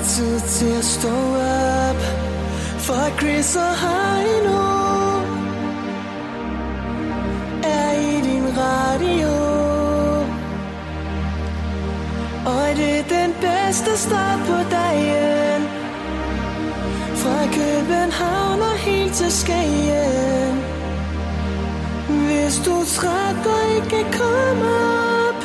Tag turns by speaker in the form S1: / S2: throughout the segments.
S1: det tid til at stå op for Chris og Heino er i din radio. Og det er den bedste start på dagen. Fra København og helt til Skagen. Hvis du er træt og ikke kan komme op,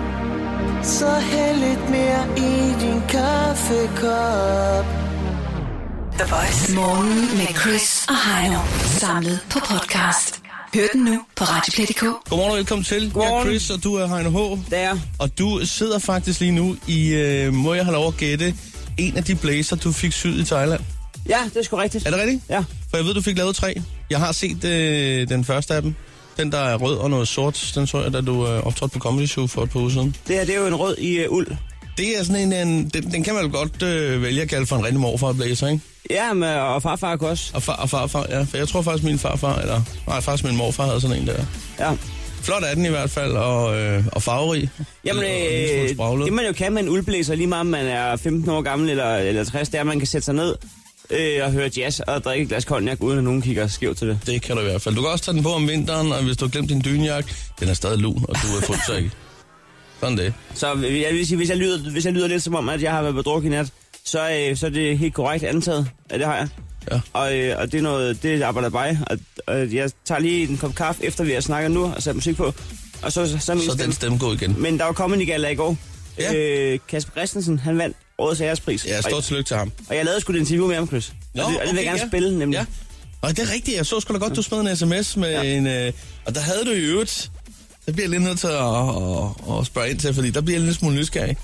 S1: så hæld lidt mere i din kaffekop.
S2: The Voice. Morgen med Chris og Heino. Samlet på podcast. Hør den nu på Radioplay.dk.
S3: Godmorgen og velkommen til. Jeg er Chris, og du er Heino H.
S4: Det er.
S3: Og du sidder faktisk lige nu i, må jeg have lov at gætte, en af de blazer, du fik syet i Thailand.
S4: Ja, det er sgu rigtigt.
S3: Er det rigtigt?
S4: Ja.
S3: For jeg ved, du fik lavet 3. Jeg har set den første af dem. Den, der er rød og noget sort, den så jeg, da du optrådte på Comedy Show for et par uger siden.
S4: Det er jo en rød i uld. Det
S3: er sådan den kan man jo godt vælge at kalde for en rigtig morfar blazer, ikke?
S4: Ja, og farfar også.
S3: Og farfar, ja. For jeg tror faktisk, min farfar, faktisk min morfar havde sådan en der.
S4: Ja.
S3: Flot er den i hvert fald, og farverig.
S4: Jamen, det man jo kan med en uldblæser, lige meget om man er 15 år gammel eller 60, det er, at man kan sætte sig ned og høre jazz og drikke et glas cognac, uden at nogen kigger skævt til det. Det
S3: kan du i hvert fald. Du kan også tage den på om vinteren, og hvis du har glemt din dynejakke, den er stadig lun, og du er fuldt sæk. Sådan det.
S4: Så jeg vil sige, hvis jeg lyder lidt som om, at jeg har været bedrukket i nat, så er det helt korrekt antaget, at det har jeg.
S3: Ja.
S4: Og det er noget, det arbejder bare. Og jeg tager lige en kop kaffe, efter vi har snakket nu, og sat musik på. Og så
S3: den stemme går igen.
S4: Men der var kommet en gala i går. Ja. Kasper Christensen, han vandt årets ærespris.
S3: Ja, stort tillykke til ham.
S4: Og jeg lavede sgu det interview med ham, Chris.
S3: Nå,
S4: og det vil jeg gerne spille, nemlig.
S3: Ja. Og det er rigtigt, jeg så sgu da godt, du smed en sms med en... Og der havde du i øvrigt... Der bliver jeg lidt nødt til at spørge ind til, fordi der bliver jeg lidt smule nysgerrig.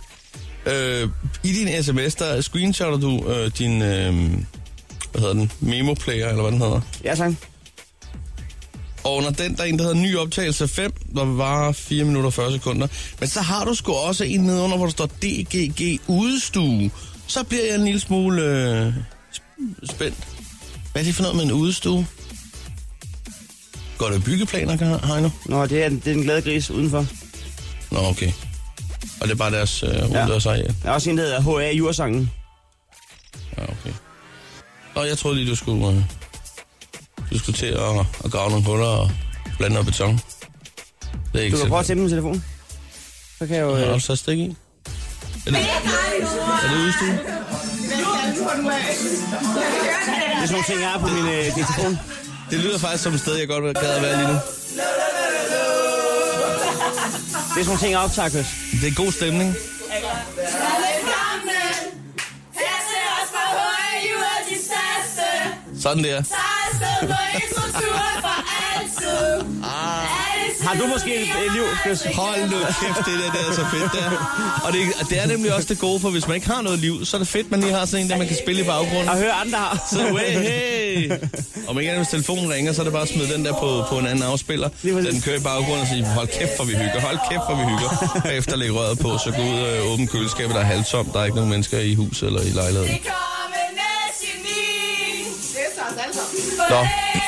S3: I din sms, der screenshotter du din... hvad hedder den? Memo-player, eller hvad den hedder?
S4: Ja, tak.
S3: Og under den, der er en, der hedder ny optagelse 5, der var 4 minutter og 40 sekunder. Men så har du sgu også en nedenunder, hvor der står DGG udestue. Så bliver jeg en lille smule spændt. Hvad er det for noget med en udestue? Går det byggeplaner, Heino?
S4: Nå, det er den glade gris udenfor.
S3: Nå, okay. Og det er bare deres runddørs areal?
S4: Der er også en, der hedder H.A. Jursangen.
S3: Ja, okay. Og jeg troede lige, du skulle til at grave nogle huller og blande noget beton. Det er ikke
S4: du kan prøve at tænde min telefon. Så kan jeg jo...
S3: Har du så stik i? Er det udstue?
S4: Det er sådan nogle ting, jeg har på min telefon.
S3: Det lyder faktisk som et sted, jeg godt gad at være lige nu.
S4: Det er sådan nogle ting, jeg optager, Chris.
S3: Det er god stemning. Sådan der.
S4: Har du måske et liv?
S3: Hold nu kæft, det er så fedt der. Og det er nemlig også det gode, for hvis man ikke har noget liv, så er det fedt, man lige har sådan en, der man kan spille i baggrunden.
S4: Og høre andre har.
S3: Så hey. Om ikke andet, hvis telefonen ringer, så er det bare at smide den der på en anden afspiller. Den kører i baggrunden og siger, hold kæft, hvor vi hygger. Hold kæft, hvor vi hygger. Bagefter lægge røret på, så gå ud og åbne køleskabet, der er halvtomt. Der er ikke nogen mennesker i huset eller i lejligheden. Nå.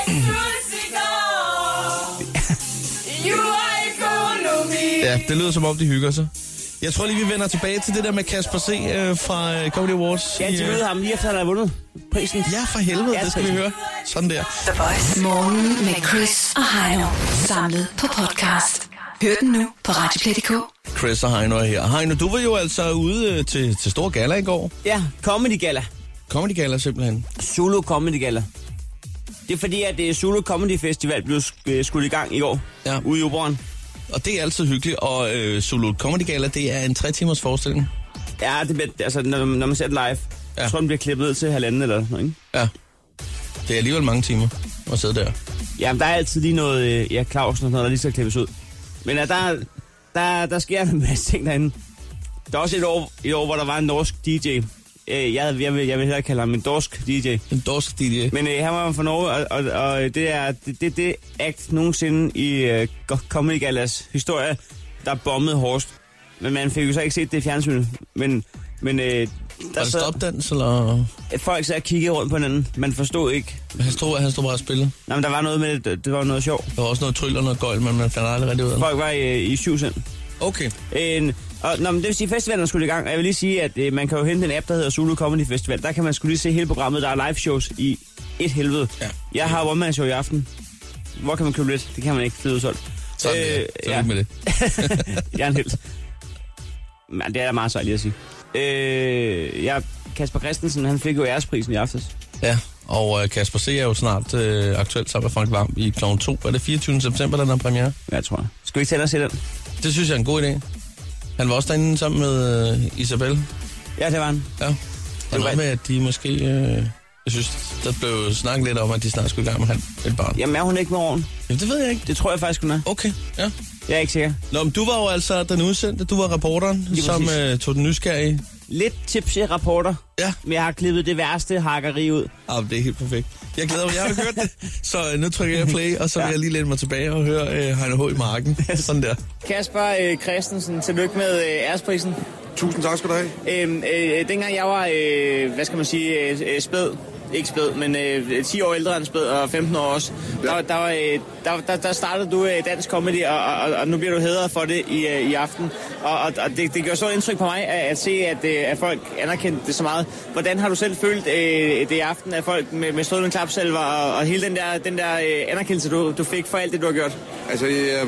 S3: Ja, det lyder som om, de hygger sig. Jeg tror lige, vi vender tilbage til det der med Kasper C. fra Comedy Awards.
S4: Ja, til møde ham lige efter, han har vundet prisen.
S3: Ja, for helvede, det skal vi høre. Sådan der.
S2: The Voice. Morgen med Chris og Heino. Samlet på podcast. Hør den nu på Radioplay.dk.
S3: Chris og Heino er her. Heino, du var jo altså ude til stor gala i går.
S4: Ja, Comedy Gala.
S3: Comedy Gala simpelthen.
S4: Zulu Comedy Gala. Det er fordi, at Zulu Comedy Festival blev skudt i gang i går.
S3: Ja.
S4: Ude i Operan.
S3: Og det er altid hyggeligt, og Zulu Comedy Gala, det er en 3 timers forestilling.
S4: Ja, det bliver, altså, når man ser det live, jeg tror, den bliver klippet ud til 1,5 eller noget, ikke?
S3: Ja. Det er alligevel mange timer at sidde der.
S4: Ja, men der er altid lige noget, Clausen og noget, der lige skal klippes ud. Men der sker en masse ting derinde. Der er også et år, hvor der var en norsk DJ. Jeg vil hellere kalde ham en dorsk DJ.
S3: En dorsk DJ.
S4: Men han var fra Norge, og det er det act nogensinde i Comedy Galas historie, der bombede hårdest. Men man fik jo så ikke set det i fjernsynet. Men der
S3: var det stopdans, eller?
S4: Folk så kiggede rundt på hinanden. Man forstod ikke.
S3: Han stod bare og spillede?
S4: Nej, men der var noget med det. Det var noget sjovt.
S3: Der var også noget tryl og noget gøjl, men man fandt aldrig rigtig ud af det.
S4: Folk var i 7 sind.
S3: Okay.
S4: Men det vil sige, festivalen er skulle i gang, og jeg vil lige sige, at man kan jo hente en app, der hedder Zulu Comedy Festival. Der kan man skulle lige se hele programmet, der er live shows i et helvede. Ja. Jeg har one-man-show i aften. Hvor kan man købe lidt? Det kan man ikke blive udsolgt.
S3: Sådan ja. Med det.
S4: Jeg er en helt. Men det er da meget svært lige at sige. Kasper Christensen, han fik jo æresprisen i aftes.
S3: Ja, og Kasper C. er jo snart aktuelt sammen med Frank Hvam i Klovn 2. Er det 24. september, den er premiere?
S4: Ja, jeg tror jeg. Skal vi ikke tænde os i den?
S3: Det synes jeg er en god idé. Han var også derinde sammen med Isabel.
S4: Ja, det var han.
S3: Ja. Og noget med, at de måske... jeg synes, der blev snakket lidt om, at de snart skulle i gang med at have et barn.
S4: Jamen, er hun ikke med oven?
S3: Jamen, det ved jeg ikke.
S4: Det tror jeg faktisk, hun er.
S3: Okay, ja.
S4: Jeg er ikke sikker.
S3: Nå, men du var jo altså den udsendte. Du var reporteren, som tog den nysgerrige.
S4: Lidt tipsy reporter.
S3: Ja.
S4: Men jeg har klippet det værste hakkeri ud.
S3: Ja, det er helt perfekt. Jeg glæder mig, jeg har hørt det. Så nu trykker jeg play, og så vil jeg lige læne mig tilbage og høre Heino H. i marken. Sådan der.
S4: Kasper Christensen, tillykke med æresprisen.
S5: Tusind tak skal du have.
S4: Dengang jeg var, hvad skal man sige, spæd. Ikke spæd, men 10 år ældre end spæd, og 15 år også. Ja. Der startede du dansk comedy, og nu bliver du hædret for det i aften. Og det gør så indtryk på mig at se, at folk anerkendte det så meget. Hvordan har du selv følt det i aften, at folk med strålende klapsalver og hele den der anerkendelse, du fik for alt det, du har gjort?
S5: Altså,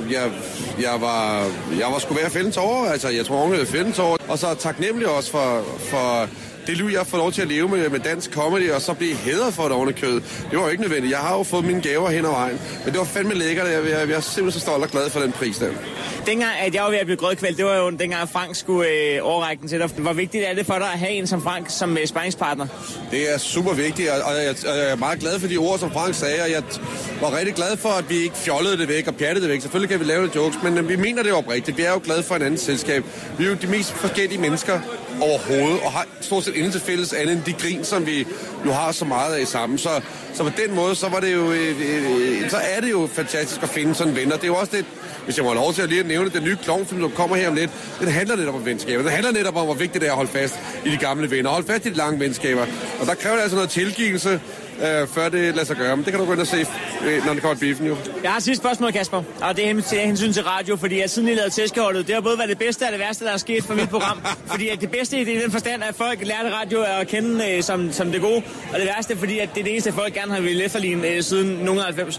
S5: jeg var sgu ved at fælde en tårer. Altså, jeg tror, jeg fælde en tårer. Og så taknemmelig også for det liv, jeg får lov til at leve med dansk comedy, og så blive hædret for et ordentligt kød. Det var jo ikke nødvendigt. Jeg har jo fået mine gaver hen ad vejen. Men det var fandme lækkert. Jeg er simpelthen så stolt og glad for den pris der.
S4: Dengang, at jeg var ved at blive grødkvælt, det var jo dengang Frank skulle overrække den til dig. Hvor vigtigt er det for dig at have en som Frank som sparringspartner?
S5: Det er super vigtigt, og jeg er meget glad for de ord, som Frank sagde, og jeg var rigtig glad for, at vi ikke fjollede det væk og pjattede det væk. Selvfølgelig kan vi lave lidt jokes, men vi mener det oprigtigt. Vi er jo glade for en anden selskab. Vi er jo de mest forskellige mennesker overhovedet, og har stort set intet til fælles andet end de grin, som vi jo har så meget af sammen. Så på den måde, så var det jo, så er det jo fantastisk at finde sådan venner. Det er jo også det, hvis jeg må have lov til at lige nævne, den nye klovnfilm, som kommer her om lidt, den handler netop om venskaber. Den handler netop om, hvor vigtigt det er at holde fast i de gamle venner. Holde fast i de lange venskaber. Og der kræver det altså noget tilgivelse, før det lader sig gøre. Men det kan du gå ind og se, når det kommer biffen jo. Jeg har et sidste spørgsmål, Kasper. Og det er hensyn til radio, fordi jeg siden jeg lavede tæskeholdet, det har både været det bedste og det værste, der er sket for mit program. Fordi at det bedste det er i den forstand, at folk lærte radio at kende som det gode. Og det værste, fordi at det er det eneste, folk gerne har ville efterligne siden 90.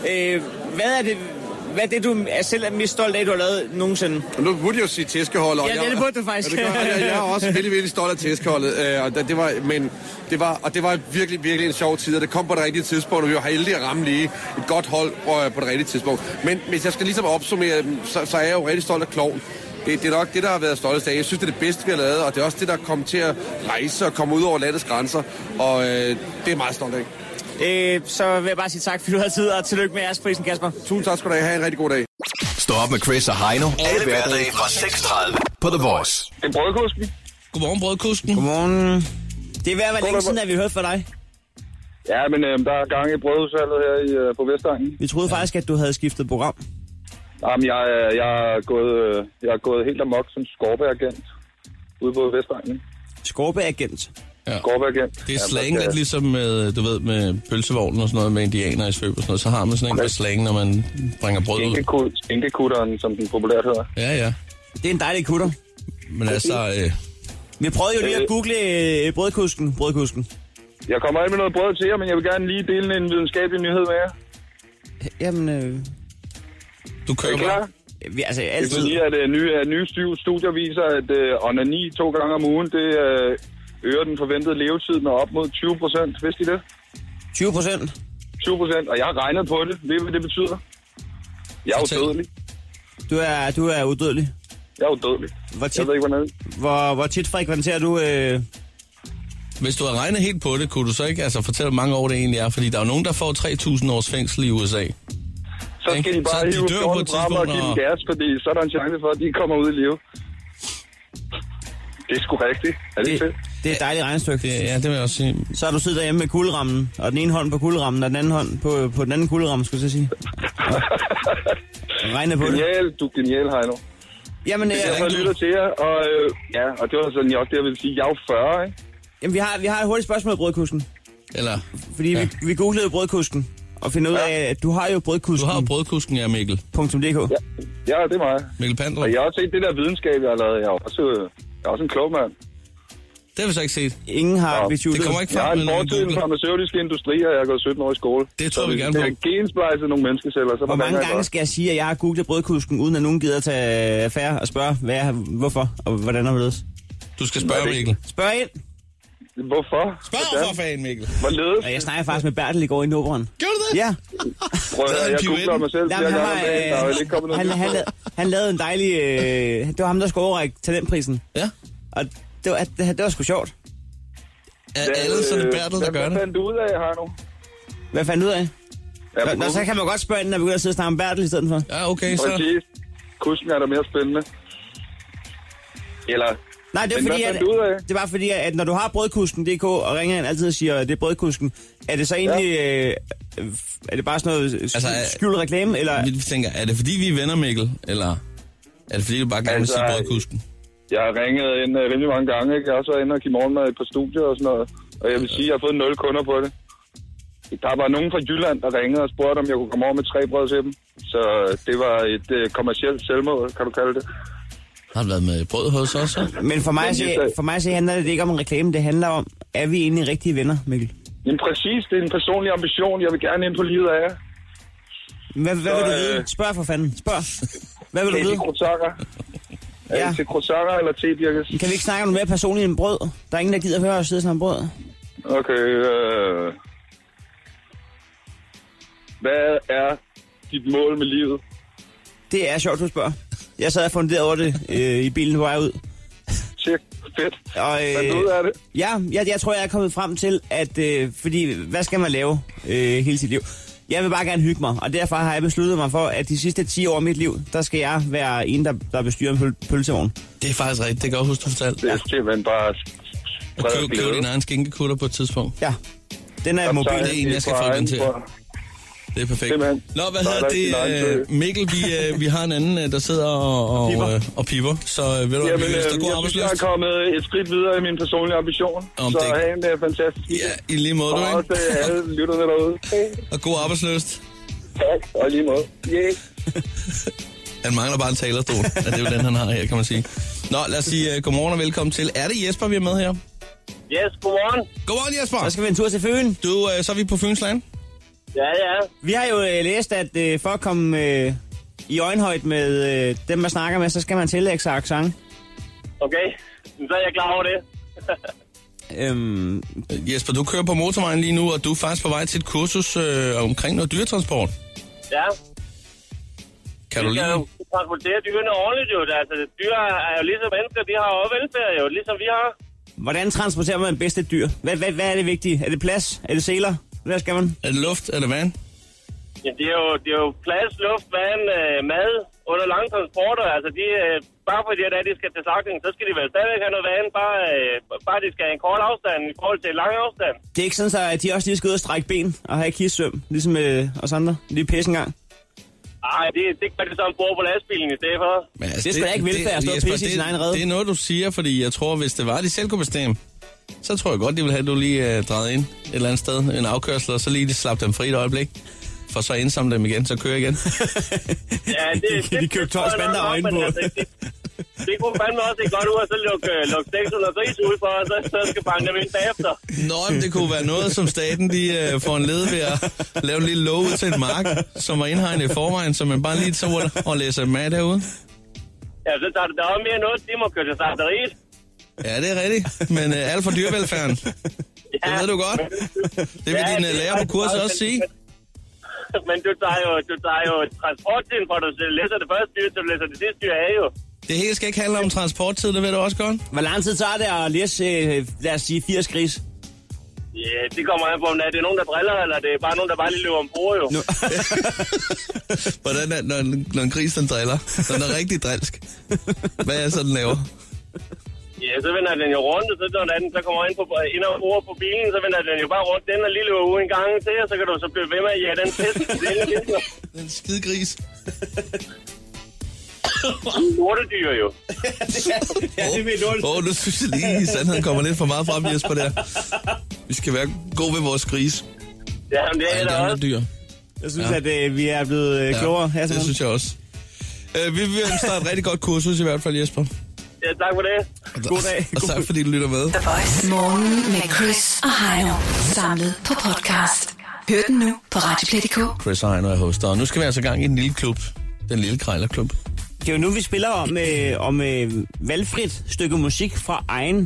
S5: Hvad er det, du er selv mest stolt af, du har lavet nogensinde? Nu burde jeg jo sige tæskeholdet. Ja, det burde du faktisk. Jeg er også virkelig stolt af tæskeholdet. Det var virkelig, virkelig en sjov tid, og det kom på det rigtige tidspunkt, og vi var heldige at ramme lige et godt hold på det rigtige tidspunkt. Men hvis jeg skal ligesom opsummere, så er jeg jo rigtig stolt af Klovn. Det er nok det, der har været stoltest af. Jeg synes, det er det bedste, vi har lavet, og det er også det, der kommer til at rejse og komme ud over landets grænser, og det er meget stolt af. Så vil jeg bare sige tak, fordi du havde tid, og tillykke med æresprisen, Kasper. Tusind tak skal du have en rigtig god dag.
S6: Stå op med Chris og Heino. Alle hverdage fra 6:30 på The Voice.
S5: En brødkusken.
S3: Godmorgen, brødkusken.
S4: Godmorgen. Det er ved at være længe siden, at vi hørte fra dig.
S7: Ja, men der er gang i brødudsalget her på Vestegnen.
S4: Vi troede faktisk, at du havde skiftet program.
S7: Jamen, jeg er gået helt amok som skorpeagent ude på Vestegnen.
S4: Skorpeagent?
S3: Ja.
S7: Skorpeagent.
S3: Det er slang lidt ligesom med, du ved, med pølsevognen og sådan noget, med indianer i svøb og sådan noget. Så har man sådan en slang, når man bringer brød ud.
S7: Skinkekutteren, som den populært hedder.
S3: Ja.
S4: Det er en dejlig kutter.
S3: Men altså...
S4: Vi prøvede jo lige at google brødkusken.
S7: Jeg kommer ind med noget brød til jer, men jeg vil gerne lige dele en videnskabelig nyhed med jer.
S4: Jamen...
S3: Du køber...
S7: klar?
S4: Altså, altid.
S7: Det vil sige, at nye studier viser, at onani 2 gange om ugen, det øger den forventede levetid med op mod 20%. Vidste I det?
S4: 20%?
S7: 20%, og jeg har regnet på det. Ved I, hvad det betyder? Jeg er udødelig.
S4: Du er udødelig?
S7: Jeg er udødelig. Jeg ved ikke,
S4: hvor tit frekventerer du...
S3: Hvis du har regnet helt på det, kunne du så ikke fortælle, hvor mange år det egentlig er? Fordi der er jo nogen, der får 3.000 års fængsel i USA.
S7: Så skal de bare hive 14 brammer og give dem gas, fordi så er der en chance for, at de kommer ud i live. Det er sgu rigtigt. Er det fedt?
S4: Det er et dejligt regnestykke.
S3: Ja, det vil jeg også sige.
S4: Så har du siddet derhjemme med kuglerammen, og den ene hånd på kuglerammen, og den anden hånd på den anden kugleramme, skulle jeg sige. Regne på det.
S7: Du er genial, Heino.
S4: Jamen,
S7: jeg lytter til jer, og det var sådan, også det, jeg vil sige. Jeg er jo 40, ikke?
S4: Jamen, vi har et hurtigt spørgsmål i brødkusken.
S3: Eller?
S4: Fordi vi googlede brødkusken, og finde ud af, at du har jo brødkusken.
S3: Du har jo brødkusken, ja, Mikkel.
S4: .dk.
S7: Ja, det er mig.
S3: Mikkel Pandrup.
S7: Og jeg har også set det der videnskab, jeg har lavet. Jeg er også en klog mand.
S3: Det har vi så ikke set.
S4: Ingen har betvivlet.
S3: Det kommer ikke
S7: Jeg har
S3: frem
S7: en
S3: med
S7: fortid i den farmaceutiske industri, og jeg har gået 17 år i skole.
S3: Det tror vi gerne på.
S7: Det er gensplejset nogle menneskeceller. Så
S4: hvor mange gange skal jeg sige, at jeg har googlet brødkusken, uden at nogen gider at tage affære og spørge, hvorfor og hvordan er det?
S3: Du skal spørge, Mikkel.
S4: Spørg ind.
S7: Hvorfor?
S3: Spørg for fanden, Mikkel.
S7: Hvorledes?
S4: Jeg snakkede faktisk med Bertel i går i Noberen.
S3: Gjorde du det?
S4: Ja.
S7: Prøv at jeg googler mig selv.
S4: Jamen, han lavede en dejlig... det var ham, der skulle overrække talentprisen.
S3: Ja.
S4: Og det var sgu sjovt.
S3: Er alle sådan Bertel, der gør det?
S7: Hvad fandt du ud af, Heino?
S4: Hvad fandt du ud af? Nå, så kan man godt spørge, når vi begynder at sidde og snakke om Bertel i stedet for.
S3: Ja, okay, så...
S7: Præcis. Kusken er der mere spændende. Eller...
S4: Nej, det var fordi, at når du har brødkusken.dk og ringer ind altid og siger, at det er brødkusken, er det så egentlig, er det bare sådan noget skjult reklame, eller?
S3: Vi tænker, er det fordi vi er venner, Mikkel, eller er det fordi du bare gerne vil sige brødkusken?
S7: Jeg har ringet ind rimelig mange gange, ikke? Jeg har også været inde og give morgenmad på studier og sådan noget, og jeg vil sige, at jeg har fået 0 kunder på det. Der var nogen fra Jylland, der ringede og spurgte, om jeg kunne komme over med 3 brød til dem, så det var et kommercielt selvmål, kan du kalde det.
S3: Har du været med brød hos os?
S4: Men for mig så handler det ikke om en reklame. Det handler om, er vi egentlig rigtige venner, Mikkel?
S7: Jamen præcis, det er en personlig ambition. Jeg vil gerne ind på livet af jer.
S4: Hvad vil du vide? Spørg for fanden. Spørg. Hvad vil du vide?
S7: Til croissanter. Ja. Til croissanter eller te, Birkes?
S4: Kan vi ikke snakke om noget mere personligt end brød? Der er ingen, der gider at høre os sidde sådan om brød.
S7: Okay, hvad er dit mål med livet?
S4: Det er sjovt, du spørger. Jeg sad og funderede over det i bilen på vej ud.
S7: Tjek, fedt.
S4: Og,
S7: hvad ud af det?
S4: Ja, jeg tror, jeg er kommet frem til, at... fordi, hvad skal man lave hele sit liv? Jeg vil bare gerne hygge mig, og derfor har jeg besluttet mig for, at de sidste 10 år af mit liv, der skal jeg være en, der bestyrer en pølsevogn.
S3: Det er faktisk rigtigt, det kan jeg huske, du fortalte.
S7: Det er simpelthen bare...
S3: Køb din egen skinkekutter på et tidspunkt.
S4: Ja, den er mobil.
S3: Det er en, jeg skal få den til. Det er perfekt. Nå, hvad hedder det? Mikkel, vi har en anden, der sidder og piper. Så ved du, hvis der går arbejdsløst.
S7: Jeg er kommet et skridt videre i min personlige ambition. Så have en fantastisk.
S3: Ja, i lige måde, du, ikke?
S7: Og også alle lytterne derude.
S3: Og god arbejdsløst.
S7: Tak, og i lige måde. Yeah.
S3: Han mangler bare en talerstol. Det er jo den, han har her, kan man sige. Nå, lad os sige godmorgen og velkommen til. Er det Jesper, vi er med her?
S8: Yes, godmorgen.
S3: Godmorgen, Jesper.
S4: Så skal vi en tur til Fyn.
S3: Så er vi på Fynsland.
S8: Ja.
S4: Vi har jo læst, at for at komme i øjenhøjde med dem, man snakker med, så skal man tillægge sig accent.
S8: Okay, så er jeg klar over det.
S3: Jesper, du kører på motorvejen lige nu, og du er faktisk på vej til et kursus omkring noget dyretransport.
S8: Ja.
S3: Kan du lige...
S8: Vi skal jo transportere dyrene ordentligt, jo. Altså, dyr er jo ligesom mennesker, de har jo velfærd, jo, ligesom vi har.
S4: Hvordan transporterer man bedst et dyr? Hvad er det vigtige? Er det plads? Er det seler? Hvad skal man?
S3: Er det luft? Er det vand?
S8: Ja, det er jo plads, luft, vand, mad under lange transporter. Altså, bare fordi de skal til slagtning, så skal de vel stadigvæk have noget vand. Bare de skal have en kort afstand i forhold til en lang afstand.
S4: Det er ikke sådan, at de også lige skal ud og strække ben og have kissesvøm, ligesom os andre. Lige pisse en gang.
S8: Nej, det gør de så bor på lastbilen i stedet for.
S3: Altså,
S4: det skal da ikke velfærd at stå og pisse i sin egen redde.
S3: Det er noget, du siger, fordi jeg tror, hvis det var, de selv kunne bestemme, så tror jeg godt, de vil have, at du lige drejet ind et eller andet sted, en afkørsel, og så lige slappe dem fri et øjeblik, for så indsamle dem igen, så kører igen.
S8: Ja,
S4: de køber 12 spandere øjne på.
S8: Det kunne fandme også ikke godt ud, og så lukke 660 ud for, og så skal banke dem ind bagefter.
S3: Nå, men det kunne være noget, som staten de får en led ved at lave en lille lov ud til et mark, som var indhegnet i forvejen, så man bare lige så og læser dem af derude.
S8: Ja, så tager det der også mere noget, de må køre til slagteriet.
S3: Ja, det er rigtigt, men alt for dyrevelfærden. Ja, det ved du godt. Det vil din lærer på kurset også sige.
S8: Men du tager jo transporttiden, for at du læser det første dyr, til du læser det sidste dyr af jo.
S3: Det hele skal ikke handle om transporttid, det ved du også godt.
S4: Hvor lang tid tager det at læse, lad os sige, 80 gris?
S8: Ja, det kommer an på, om det er nogen, der driller, eller det er bare nogen, der bare lige løber ombord jo.
S3: Hvordan er når en gris, den driller? Den er rigtig drilsk. Hvad er så, den laver?
S8: Ja, så vender den jo rundt, og så når den så kommer ind og over på bilen, så vender den jo bare rundt. Den er lige løber ude en gang til, og så kan du så blive ved med, ja, den pisse.
S3: Den skide gris.
S8: Lortedyr jo.
S3: Nu synes jeg lige, sandheden kommer lidt for meget frem, Jesper, der. Vi skal være gode ved vores gris.
S8: Ja, men det er der også.
S3: Dyr.
S4: Jeg synes, at vi er blevet klogere her.
S3: Det synes jeg også. Vi vil starte et rigtig godt kursus i hvert fald, Jesper.
S8: Ja, tak for det.
S3: God dag. Og tak fordi du lytter med.
S2: The Voice. Morgen med Chris og Heino. Samlet på podcast. Hør den nu på Radioplay.dk.
S3: Chris og Heino er hoster. Og nu skal vi altså i gang i en lille klub. Den lille krejlerklub.
S4: Det er jo nu, vi spiller om valgfrit stykke musik fra egen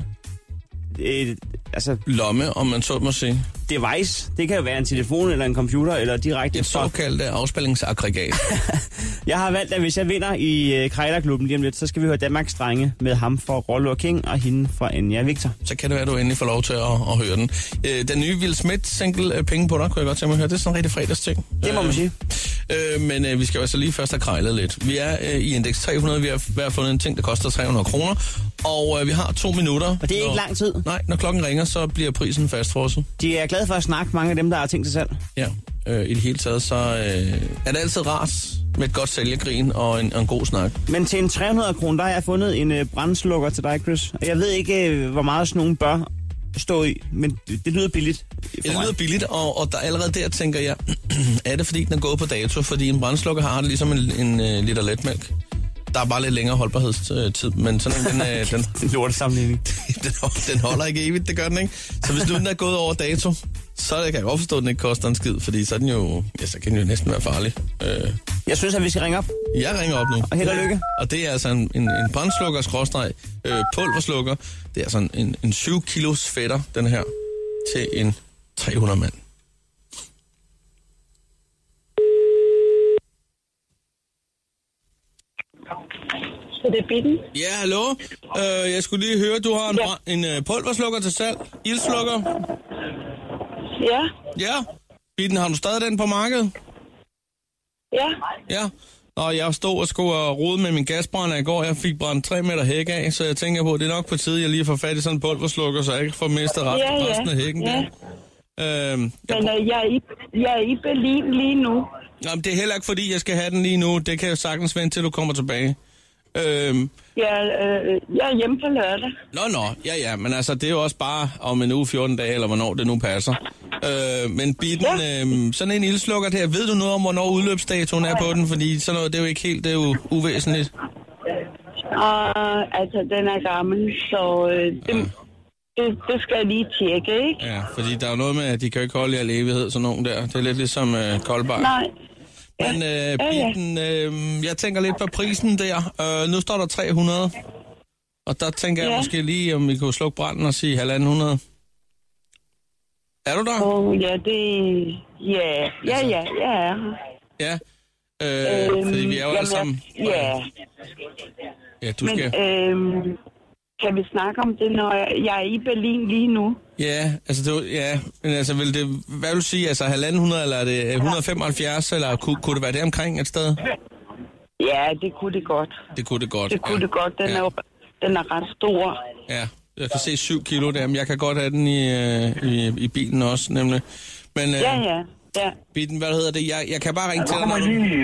S3: lomme, om man så må sige.
S4: Device. Det kan jo være en telefon eller en computer eller direkte
S3: et såkaldt afspændingsaggregat.
S4: Jeg har valgt, at hvis jeg vinder i Krejlerklubben lige om lidt, så skal vi høre Danmarks Drenge med ham fra Rollo og King og hende fra Enya Victor.
S3: Så kan det være, at du endelig får lov til at høre den. Den nye Will Smith-single Penge på dig, kunne jeg godt tænke mig at høre. Det er sådan en rigtig fredagsting.
S4: Det må man sige.
S3: Men vi skal jo altså lige først have krejlet lidt. Vi er i indeks 300. Vi har fundet en ting, der koster 300 kroner. Og vi har 2 minutter.
S4: Og det er ikke lang tid.
S3: Nej, når klokken ringer, så bliver prisen fastfrosset.
S4: De er glade for at snakke, mange af dem, der har tænkt sig selv.
S3: Ja, i det hele taget, så er det altid rart med et godt sælgergrin og en god snak.
S4: Men til en 300 kroner, der har jeg fundet en brandslukker til dig, Chris. Og jeg ved ikke, hvor meget sådan nogen bør stå i, men det lyder billigt.
S3: Det lyder billigt, og der allerede der tænker jeg, er det fordi, den er gået på dato? Fordi en brandslukker har det ligesom en liter letmælk. Der er bare lidt længere holdbarhedstid, men sådan den
S4: lortesammenligning.
S3: Den holder ikke evigt, det gør den ikke. Så hvis nu den er gået over dato, så kan jeg godt forstå, at den ikke koster en skid, fordi så, så kan den jo næsten være farlig.
S4: Jeg synes, at vi skal ringe op.
S3: Jeg ringer op nu.
S4: Og held og lykke.
S3: Og det er altså en brandslukker pulverslukker. Det er altså en 7 kilos fætter, den her, til en 300 mand.
S9: Så det er Bitten?
S3: Ja, hallo. Jeg skulle lige høre, du har en pulverslukker til salg. Ildslukker.
S9: Ja.
S3: Ja. Bitten, har du stadig den på markedet?
S9: Ja.
S3: Ja. Og jeg stod og skulle rode med min gasbrænder i går. Jeg fik brændt 3 meter hæk af, så jeg tænker på, at det er nok på tide, jeg lige får fat i sådan en pulverslukker, så jeg ikke får mistet resten af hækken der.
S9: Men jeg er i Berlin lige nu.
S3: Jamen, det er heller ikke, fordi jeg skal have den lige nu. Det kan jeg sagtens vente, til du kommer tilbage.
S9: Jeg er hjemme på lørdag.
S3: Nå, ja, men altså, det er jo også bare om en uge, 14 dage, eller hvornår det nu passer. Men Bitten, sådan en ildslukker her, ved du noget om, hvornår udløbsdatoen er på den? Fordi sådan noget, det er jo ikke helt, det er jo uvæsentligt.
S9: Altså, den er gammel, så det skal jeg lige tjekke, ikke?
S3: Ja, fordi der er jo noget med, at de kan jo ikke holde i al evighed, sådan nogen der. Det er lidt ligesom koldbar.
S9: Nej.
S3: Men Bitten, jeg tænker lidt på prisen der. Nu står der 300. Og der tænker jeg måske lige, om vi kunne slukke branden og sige 150. Er du der?
S9: Jeg er her.
S3: Ja, fordi vi er jo alle sammen... Ja, du skal...
S9: Kan vi snakke om det, når jeg er i Berlin lige nu?
S3: Ja, altså men altså vil det, hvad vil du sige, altså 150 eller er det 175, eller kunne det være det omkring et sted?
S9: Ja, det kunne det godt.
S3: Det kunne det godt.
S9: Det kunne det godt, den er ret stor.
S3: Ja, jeg kan se 7 kilo der, men jeg kan godt have den i bilen også, nemlig. Men,
S9: ja.
S3: Bitten, hvad hedder det? Jeg kan bare ringe til dig,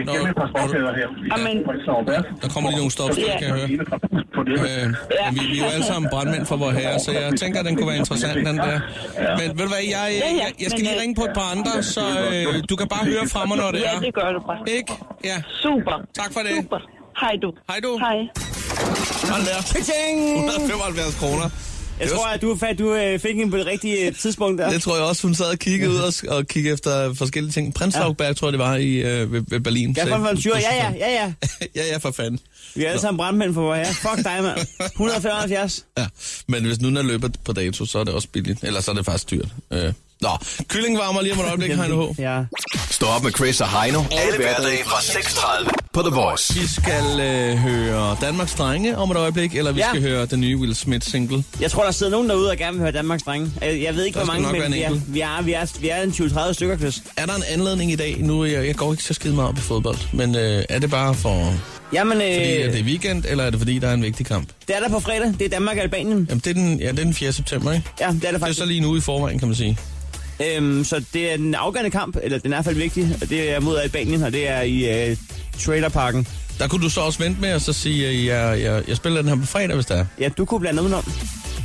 S3: der kommer lige nogle stopstil, kan jeg høre. Vi er jo alle sammen brandmænd for vor herre, så jeg tænker, at den kunne være interessant, den der. Men ved du hvad, jeg skal lige ringe på et par andre, så du kan bare høre fra mig, når det er.
S9: Ja, det gør du bare.
S3: Ikke? Ja.
S9: Super.
S3: Tak for det.
S9: Super. Hej du.
S3: Hej. Sådan der. 175 kroner.
S4: Jeg tror, at du fik hende på det rigtige tidspunkt der.
S3: Det tror jeg også, hun sad og kiggede ud og kiggede efter forskellige ting. Prenzlauberg, tror jeg, det var ved Berlin.
S4: Ja, for en tyr. Ja.
S3: Ja, for fanden.
S4: Vi er alle sammen brandmænd for vor herre. Fuck dig, mand. 175.
S3: Ja, men hvis nu den er løbet på dato, så er det også billigt. Eller så er det faktisk dyrt. Kyllingen varmer lige om et øjeblik, Heino H.
S4: Ja.
S6: Stå op med Chris og Heino. Alle hverdage fra 6:30 på The Voice.
S3: Vi skal høre Danmarks Drenge om et øjeblik, eller vi skal høre den nye Will Smith single.
S4: Jeg tror, der sidder nogen derude og gerne vil høre Danmarks Drenge. Jeg ved ikke, hvor mange, men vi er en 20-30 stykker, Chris.
S3: Er der en anledning i dag? Nu jeg går ikke så skide meget op i fodbold, men er det bare for...
S4: Jamen,
S3: fordi er det weekend, eller er det fordi, der er en vigtig kamp?
S4: Det er der på fredag. Det er Danmark-Albanien.
S3: Jamen, det er den 4. september, ikke?
S4: Ja, det er det faktisk.
S3: Det er så lige nu i forvejen, kan man sige.
S4: Så det er en afgørende kamp, eller den er i hvert fald vigtig, og det er mod Albanien, og det er i Trailerparken.
S3: Der kunne du så også vente med at så sige, at jeg spiller den her på fredag, hvis der er.
S4: Ja, du kunne blande udenom.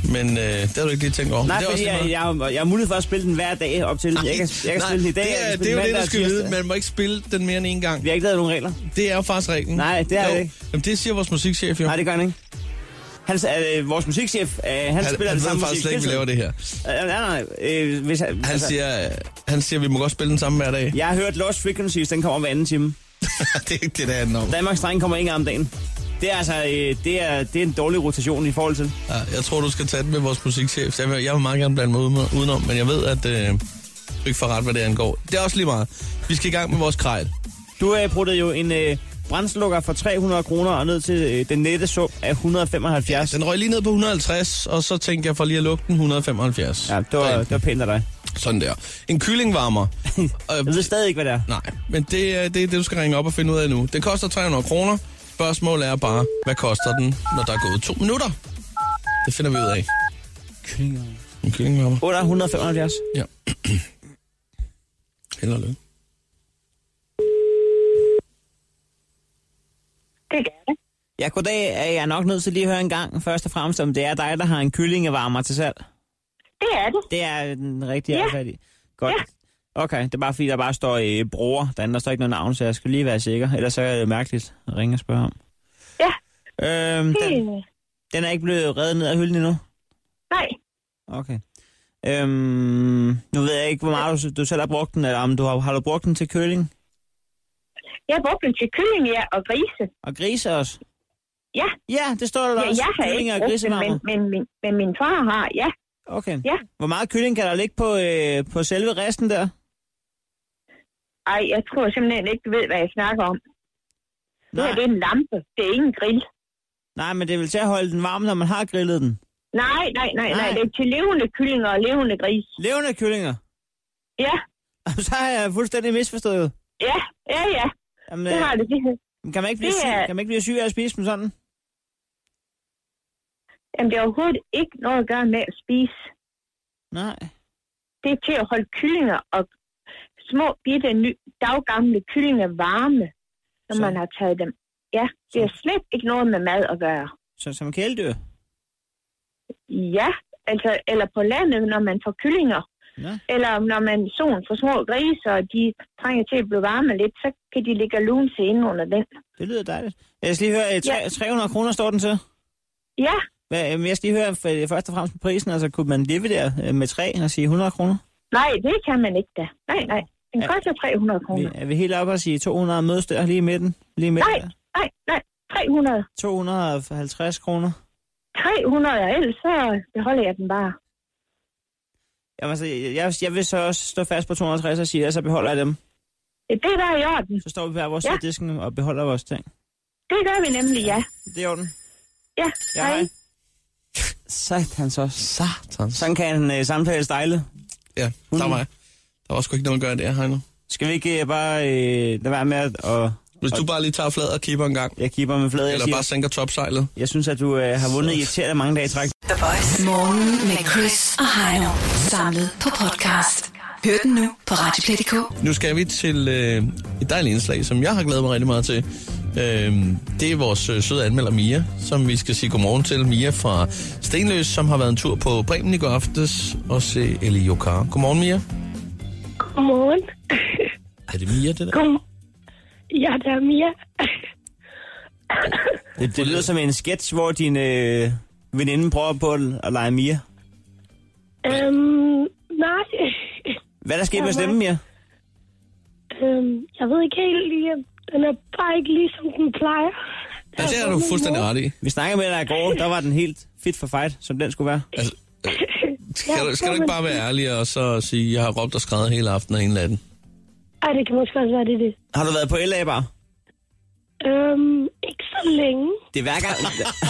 S3: Men det har du ikke lige tænkt over.
S4: Nej,
S3: det er
S4: fordi jeg har mulighed for at spille den hver dag op til. Jeg kan spille den i dag.
S3: Det er jo det, du skal vide. Man må ikke spille den mere end en gang.
S4: Vi har ikke lavet nogen regler.
S3: Det er jo faktisk reglen.
S4: Nej, det er det ikke.
S3: Jamen, det siger vores musikchef jo.
S4: Nej, det gør han ikke. Vores musikchef, han spiller det samme musik. Han ved faktisk slet ikke, vi laver det her. Hvis
S3: han siger, vi må godt spille den samme hver dag.
S4: Jeg har hørt Lost Frequencies, den kommer hver anden time.
S3: Det er ikke det, der handler om.
S4: Danmarks Dreng kommer ikke om dagen. Det er altså det er en dårlig rotation i forhold til.
S3: Ja, jeg tror, du skal tage den med vores musikchef. Jeg vil meget gerne blande mig udenom, men jeg ved, at du ikke får ret, hvad det angår. Det er også lige meget. Vi skal i gang med vores krejl.
S4: Du bruttede jo en brændslukker for 300 kroner og ned til den nette sum af 175.
S3: Ja, den røg lige ned på 150, og så tænkte jeg for lige at lukke den 175.
S4: Ja, det var pænt af dig.
S3: Sådan der. En kyllingvarmer.
S4: Jeg ved stadig ikke, hvad det er.
S3: Nej, men det er det, du skal ringe op og finde ud af nu. Den koster 300 kroner. Spørgsmålet er bare, hvad koster den, når der er gået 2 minutter? Det finder vi ud af. En kyllingvarmer.
S4: 875.
S3: Ja. Held og lykke.
S9: Det gør det.
S4: Ja, goddag. Jeg er nok nødt til lige at høre en gang, først og fremmest, om det er dig, der har en kyllingevarmer til salg.
S9: Det er det.
S4: Det er den rigtige fat i. Godt.
S9: Ja.
S4: Okay, det er bare fordi, der bare står bror. Der står ikke noget navn, så jeg skal lige være sikker. Ellers så er det mærkeligt at ringe og spørge om.
S9: Ja.
S4: Den er ikke blevet reddet ned af hylden endnu?
S9: Nej.
S4: Okay. Nu ved jeg ikke, hvor meget du selv har brugt den, eller om har du brugt den til kylling?
S9: Jeg har brugt den til kylling, ja, og grise.
S4: Og grise også?
S9: Ja.
S4: Ja, det står der også.
S9: Jeg har
S4: kylling
S9: ikke
S4: og
S9: brugt den, men min far har, ja.
S4: Okay.
S9: Ja.
S4: Hvor meget kylling kan der ligge på selve resten der?
S9: Ej, jeg tror simpelthen ikke, du ved, hvad jeg snakker om. Det her, det er en lampe. Det er ikke en grill.
S4: Nej, men det er vel til at holde den varm, når man har grillet den?
S9: Nej. Det er til levende kyllinger og levende gris.
S4: Levende kyllinger?
S9: Ja.
S4: Så har jeg fuldstændig misforstået.
S9: Ja. Jamen, det har det.
S4: Kan man ikke blive syg af at spise dem sådan?
S9: Jamen, det er overhovedet ikke noget at gøre med at spise.
S4: Nej.
S9: Det er til at holde kyllinger og små, bitte, daggamle kyllinger varme, når man har taget dem. Ja, det er slet ikke noget med mad at gøre.
S4: Så som kæledyr?
S9: Ja, altså, eller på landet, når man får kyllinger. Ja. Eller når man får små griser, og de trænger til at blive varme lidt, så kan de ligge og lune sig inde under den.
S4: Det lyder dejligt. Jeg skal lige høre, 300 kroner står den til?
S9: Ja.
S4: Jeg skal lige høre først og fremmest på prisen, altså kunne man leve der med 3 og sige 100 kroner?
S9: Nej, det kan man ikke da. Nej. Den koster 300 kroner.
S4: Er vi helt oppe at sige 200 mødestør lige i midten?
S9: Nej. 300.
S4: 250 kroner.
S9: 300, og ellers så beholder jeg den bare.
S4: Jamen altså, jeg vil så også stå fast på 260 og sige, at så beholder jeg dem.
S9: Det er der i orden.
S4: Så står vi på vores disken og beholder vores ting.
S9: Det gør vi nemlig, ja.
S4: Det er i orden.
S9: Ja, hej.
S4: Satans også. Sådan kan en samtale stejle.
S3: Ja, der var sgu ikke noget at gøre der, Heino.
S4: Skal vi ikke bare lade være med at...
S3: Hvis du bare lige tager flad og kipper en gang.
S4: Jeg kipper med flad.
S3: Eller bare sænker topsejlet.
S4: Jeg synes, at du har vundet irriterende mange dage i træk.
S2: The Voice. Morgen med Chris og Heino. Samlet på podcast. Hør den nu på Radioplay.dk.
S3: Nu skal vi til et dejligt indslag, som jeg har glædet mig rigtig meget til. Det er vores søde anmelder Mia, som vi skal sige godmorgen til. Mia fra Stenløs, som har været en tur på Bremen i går aftes og se Ellie Jokar. Godmorgen, Mia.
S10: Godmorgen.
S3: Er det Mia, det der?
S10: Ja, det er Mia.
S4: Det lyder som en sketch, hvor din veninde prøver på at lege Mia.
S10: Nej.
S4: Hvad er der sket med stemmen, Mia?
S10: Jeg ved ikke helt lige. Den er bare ikke lige, som den plejer.
S3: Ja, det er du fuldstændig ret i.
S4: Vi snakkede med dig i går, der var den helt fit for fight, som den skulle være. Altså,
S3: skal du ikke bare være ærlig og så sige, at jeg har råbt og skrevet hele aftenen af en af den?
S10: Ej, det kan måske også være det.
S4: Har du været på LA bare?
S10: Ikke så længe.
S4: Det er hver gang...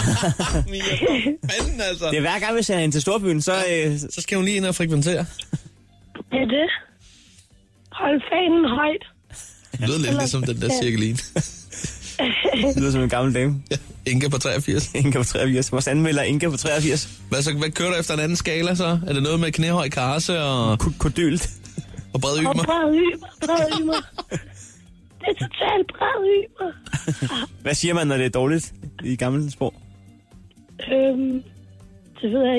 S3: altså.
S4: Det er hver gang, vi sender hende til storbyen, så...
S3: Så skal hun lige ind og frekventere.
S10: Det er det. Hold fanen højt.
S3: Det lyder lidt ligesom den der cirkeline.
S4: Det lyder som en gammel dame.
S3: Ja, Inga på 83.
S4: Inga på 83. Vores anmelder Inga på 83.
S3: Hvad kører du efter en anden skala så? Er det noget med knæhøj karse og...
S4: Kodylt.
S3: Og bred ymer?
S10: Og bred ymer. Det er totalt bred ymer.
S4: Hvad siger man, når det er dårligt i gammelt sprog?
S10: Det ved jeg ikke.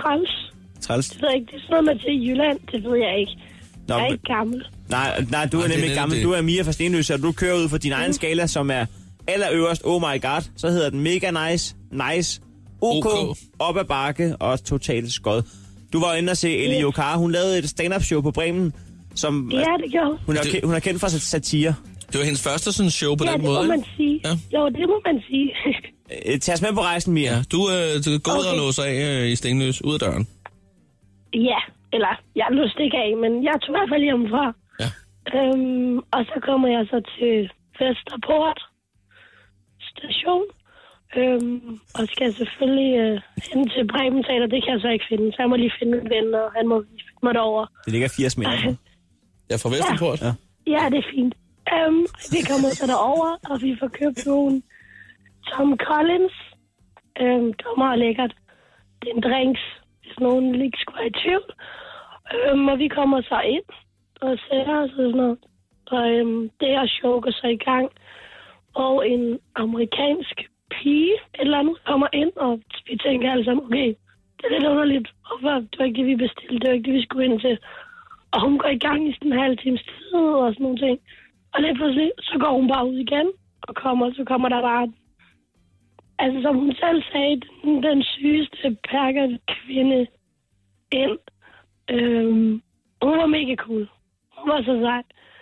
S10: træls.
S4: Træls?
S10: Det ved jeg ikke. Det er sådan noget med til Jylland. Det ved jeg ikke.
S4: Nå,
S10: jeg er ikke gammel.
S4: Nej, du er nemlig gammel. Du er Mia fra Stenløse, og du kører ud for din egen skala, som er allerøverst. Oh my god. Så hedder den mega nice, OK. Op ad bakke og totalt skod. Du var inde og se Ellie Okar. Hun lavede et stand-up show på Bremen, som...
S10: Ja, det gjorde
S4: hun er kendt for satire.
S3: Det var hendes første sådan show på den måde.
S10: Ja, det må man sige. Ja. Jo, det må man sige.
S3: Tag os med på rejsen, Mia. Ja, du går ud og låser af i Stenløs, ud af døren.
S10: Ja, eller jeg låste ikke af, men jeg tog i hvert fald hjemmefra.
S3: Ja.
S10: Og så kommer jeg så til Vesterport station. Og skal selvfølgelig hen til Bremen Teater. Det kan jeg så ikke finde, så jeg må lige finde en ven, og han må finde mig derover.
S4: Det ligger 80 meter.
S3: Ja, fra Vesterport?
S10: Ja, det er fint. Vi kommer så derover, og vi får købt nogle Tom Collins. Det var meget lækkert. Det er en drinks, hvis nogen ikke skulle være i tvivl. Og vi kommer så ind og sætter os og sådan noget. Og det her show går så i gang. Og en amerikansk pige, et eller andet, kommer ind, og vi tænker alle sammen, okay, det er lidt underligt. Hvorfor? Det var ikke det, vi bestilte. Det var ikke det, vi skulle ind til. Og hun går i gang i sådan en halv times tid og sådan nogle ting. Og lidt pludselig, så går hun bare ud igen, og så kommer der bare... Altså, som hun selv sagde, den sygeste perker-kvinde ind. Hun var mega cool. Hun var så sej.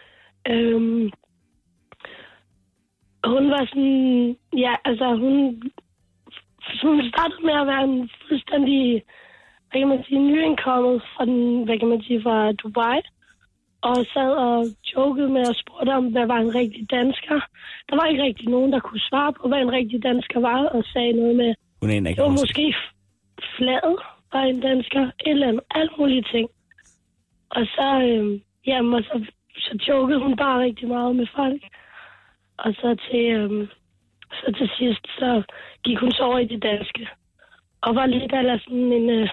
S10: Hun var sådan... Ja, altså, hun startede med at være en fuldstændig... Hvad kan man sige? Nyindkommet fra fra Dubai. Og sad og jokede med at spurgte om, hvad var en rigtig dansker. Der var ikke rigtig nogen, der kunne svare på, hvad en rigtig dansker var, og sagde noget med, det var måske flad var en dansker, et eller andet, alt mulige ting. Og så, så jokede hun bare rigtig meget med folk. Og så til sidst, så gik hun så over i det danske. Og var lidt eller sådan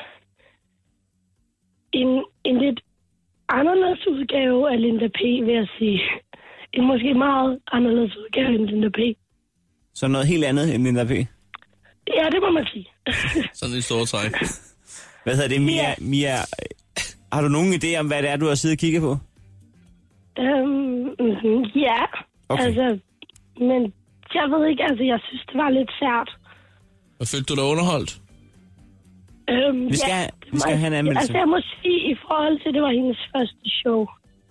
S10: en lidt anderledes udgave af Linda P, vil jeg sige. En måske meget anderledes udgave end Linda P.
S4: Så noget helt andet end Linda P?
S10: Ja, det må man sige.
S3: Sådan et stort træk.
S4: Hvad hedder det, Mia? Har du nogen idé om, hvad det er, du har siddet og kigget på?
S10: Ja, okay. Altså, men jeg ved ikke, altså, jeg synes, det var lidt sært.
S3: Og følte du dig underholdt?
S4: Vi skal have en anmeldelse.
S10: Altså, jeg må sige, i forhold til, det var hendes første show,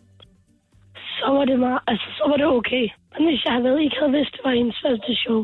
S10: så var det meget, altså, så var det okay. Men hvis jeg ikke havde vidst, det var hendes første show,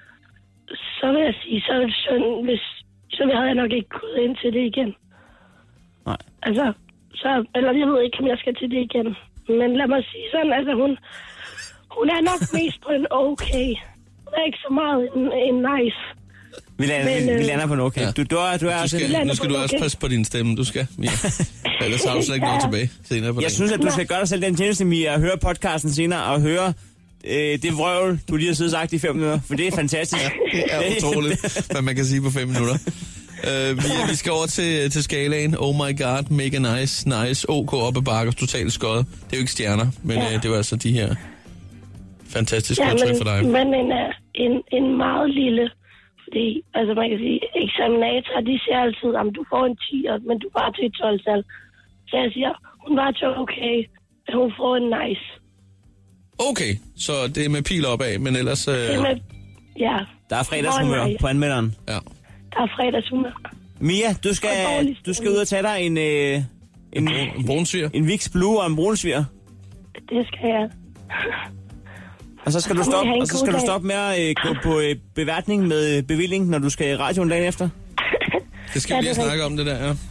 S10: så vil jeg sige, så er det sådan, så havde jeg nok ikke gået ind til det igen.
S4: Nej.
S10: Altså, eller jeg ved ikke, om jeg skal til det igen. Men lad mig sige sådan, altså, hun er nok mest på en okay. Hun er ikke så meget en nice.
S4: Vi lander på en okay.
S3: Ja. Nu skal du også passe på din stemme, du skal, Mia. Ellers har du slet ikke noget tilbage senere på dagen.
S4: Jeg synes, at du skal gøre dig selv den tjeneste, Mia, at høre podcasten senere, og høre det vrøvl, du lige har siddet sagt i 5 minutter, for det er fantastisk.
S3: Ja, det er utroligt, hvad man kan sige på 5 minutter. Mia, vi skal over til skalaen. Oh my god, mega nice, OK op ad bakker, totalt skøjet. Det er jo ikke stjerner, men det var altså de her fantastiske udtryk for dig.
S10: Men en meget lille... Fordi, altså man kan sige, eksaminator, de siger altid, at du får en 10'er, men du er bare til et 12-tal. Så jeg siger, hun var til okay, men hun får en nice.
S3: Okay, så det er med pil opad, men ellers...
S10: Det er med, ja.
S4: Der er fredagshumør på anmelderen.
S3: Ja.
S10: Der er fredagshumør.
S4: Mia, du skal ud og tage dig en
S3: brunsviger.
S4: En Vicks Blue og en brunsviger.
S10: Det skal jeg.
S4: Og så skal du stoppe med at gå på beværtning med bevilling, når du skal i radioen dagen efter.
S3: Det skal vi lige snakke om, det der, ja.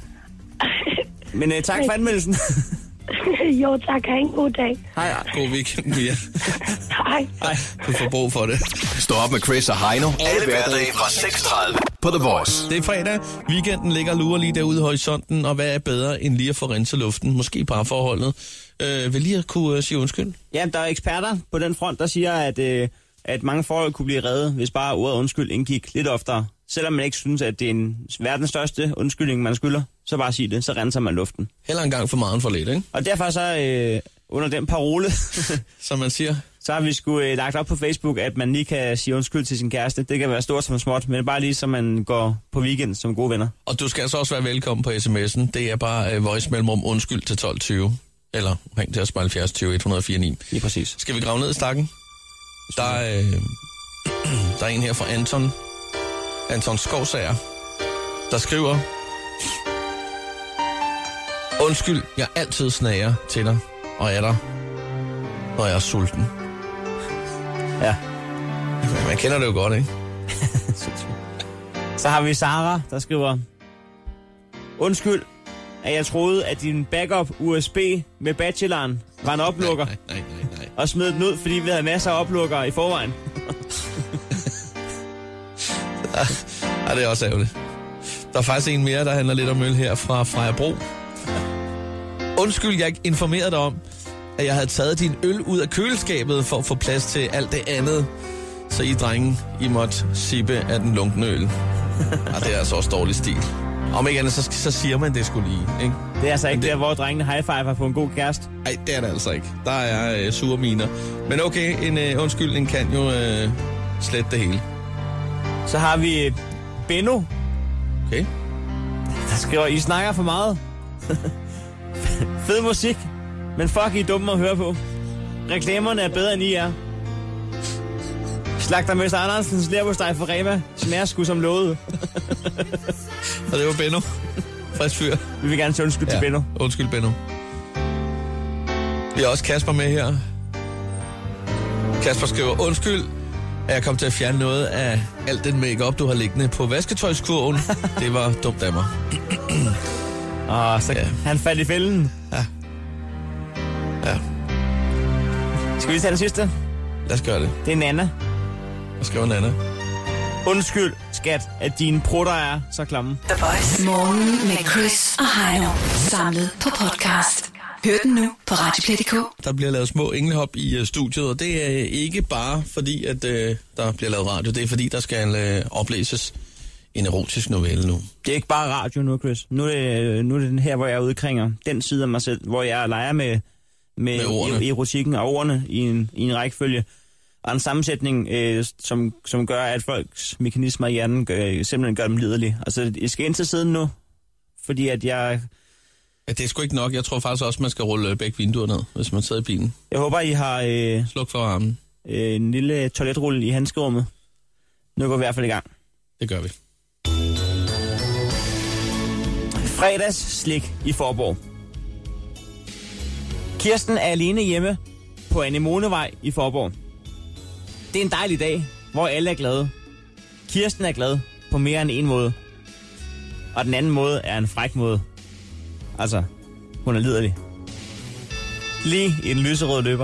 S4: Men tak for anmeldelsen.
S10: Jo, tak. Ha' en god dag.
S4: Hej.
S3: God weekend, Mia.
S10: Hej.
S3: Du får brug for det.
S6: Stå op med Chris og Heino. Alle hverdage fra 6:30 på The Voice.
S3: Det er fredag. Weekenden ligger og lurer lige derude i horisonten. Og hvad er bedre end lige at få renset luften? Måske parforholdet. Vil lige at kunne sige undskyld?
S4: Ja, der er eksperter på den front, der siger, at mange forhold kunne blive reddet, hvis bare ordet undskyld indgik lidt oftere. Selvom man ikke synes, at det er en verdens største undskyldning, man skylder, så bare sig det, så renser man luften.
S3: Heller en gang for meget for lidt, ikke?
S4: Og derfor så under den parole...
S3: Som man siger.
S4: Så har vi sgu lagt op på Facebook, at man lige kan sige undskyld til sin kæreste. Det kan være stort som småt, men bare lige så man går på weekend som gode venner.
S3: Og du skal altså også være velkommen på sms'en. Det er bare voice mellemrum undskyld til 1220. Eller ring til os på 70 20 149.
S4: Lige præcis. Skal
S3: vi grave ned i stakken? Der er en her fra Anton Skovsager, der skriver: undskyld, jeg altid snager til dig og er der, når jeg er sulten.
S4: Ja.
S3: Man kender det jo godt, ikke?
S4: Så har vi Sara, der skriver: undskyld, at jeg troede, at din backup USB med bacheloren var en oplukker.
S3: Nej.
S4: Og smed den ud, fordi vi havde masser af oplukkere i forvejen.
S3: Ja, det er også ærgerligt. Der er faktisk en mere, der handler lidt om øl her fra Frejerbro. Undskyld, jeg informerede dig om, at jeg havde taget din øl ud af køleskabet for at få plads til alt det andet. Så I drenge, I måtte sippe af den lunkne øl. Og det er altså også dårlig stil. Om ikke andet, så siger man det sgu lige, ikke?
S4: Det er altså ikke der, hvor drengene high-fiver på en god kæreste.
S3: Nej, det er det altså ikke. Der er sure miner. Men okay, en undskyldning kan jo slette det hele.
S4: Så har vi Benno.
S3: Okay.
S4: Der skriver: I snakker for meget. Fed musik, men fuck, I er dumme at høre på. Reklamerne er bedre, end I er. Slagtermester Andersens leverpostej for Rema smager sgu som lovet.
S3: Og det var Benno. Frisk fyr.
S4: Vi vil gerne sige undskyld til Benno.
S3: Undskyld, Benno. Vi har også Kasper med her. Kasper skriver: undskyld, at jeg kom til at fjerne noget af alt den make-up, du har liggende på vasketøjskurven. Det var dumt af mig.
S4: Så han faldt i fælden.
S3: Ja.
S4: Skal vi tage den sidste?
S3: Lad os gøre det.
S4: Det er Nana.
S3: Hvad skriver Nana?
S4: Undskyld, skat, at dine prutter er så klamme.
S2: The Voice. Morgen med Chris og Heino. Samlet på podcast. Hør den nu på radioplay.dk.
S3: Der bliver lavet små englehop i studiet, og det er ikke bare fordi, at der bliver lavet radio. Det er fordi, der skal oplæses en erotisk novelle nu.
S4: Det er ikke bare radio nu, Chris. Nu er det den her, hvor jeg udkringer den side af mig selv, hvor jeg leger med erotikken og ordene i en rækkefølge. Og en sammensætning, som gør, at folks mekanismer i hjernen simpelthen gør dem liderlige. Altså, jeg skal ind til siden nu, fordi at jeg...
S3: Ja, det er sgu ikke nok. Jeg tror faktisk også, man skal rulle begge vinduer ned, hvis man sidder i bilen.
S4: Jeg håber, I har...
S3: sluk for varmen.
S4: En lille toiletrulle i handskerummet. Nu går vi i hvert fald i gang.
S3: Det gør vi.
S4: Fredagsslik i Forborg. Kirsten er alene hjemme på Anemonevej i Forborg. Det er en dejlig dag, hvor alle er glade. Kirsten er glad på mere end en måde. Og den anden måde er en fræk måde. Altså, hun er liderlig. Lige i en lyserød løber.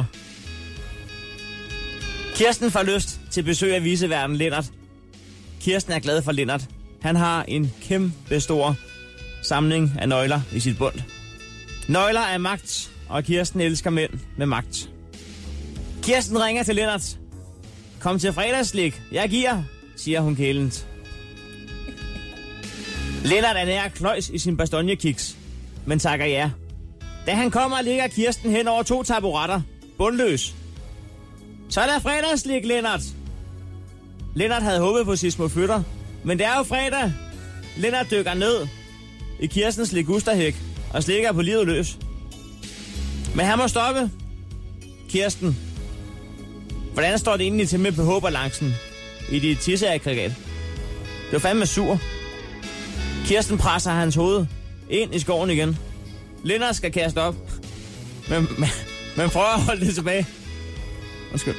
S4: Kirsten får lyst til besøg af viceverden Lennart. Kirsten er glad for Lennart. Han har en kæmpe stor samling af nøgler i sit bund. Nøgler er magt, og Kirsten elsker mænd med magt. Kirsten ringer til Lennart. Kom til fredagsslik, jeg giver, siger hun kælent. Lennart er nær kløjs i sin bastonjekiks, men takker ja. Da han kommer, ligger Kirsten hen over 2 taburetter, bundløs. Så er der fredagsslik, Lennart. Lennart havde håbet på sine små fødder, men det er jo fredag. Lennart dykker ned i Kirstens ligusterhæk og slikker på livet løs. Men han må stoppe. Kirsten, hvordan står det egentlig til med pH-balancen i dit tisseaggregat? Det var fandme sur. Kirsten presser hans hoved ind i skoven igen. Lennart skal kaste op, men prøver at holde det tilbage. Undskyld.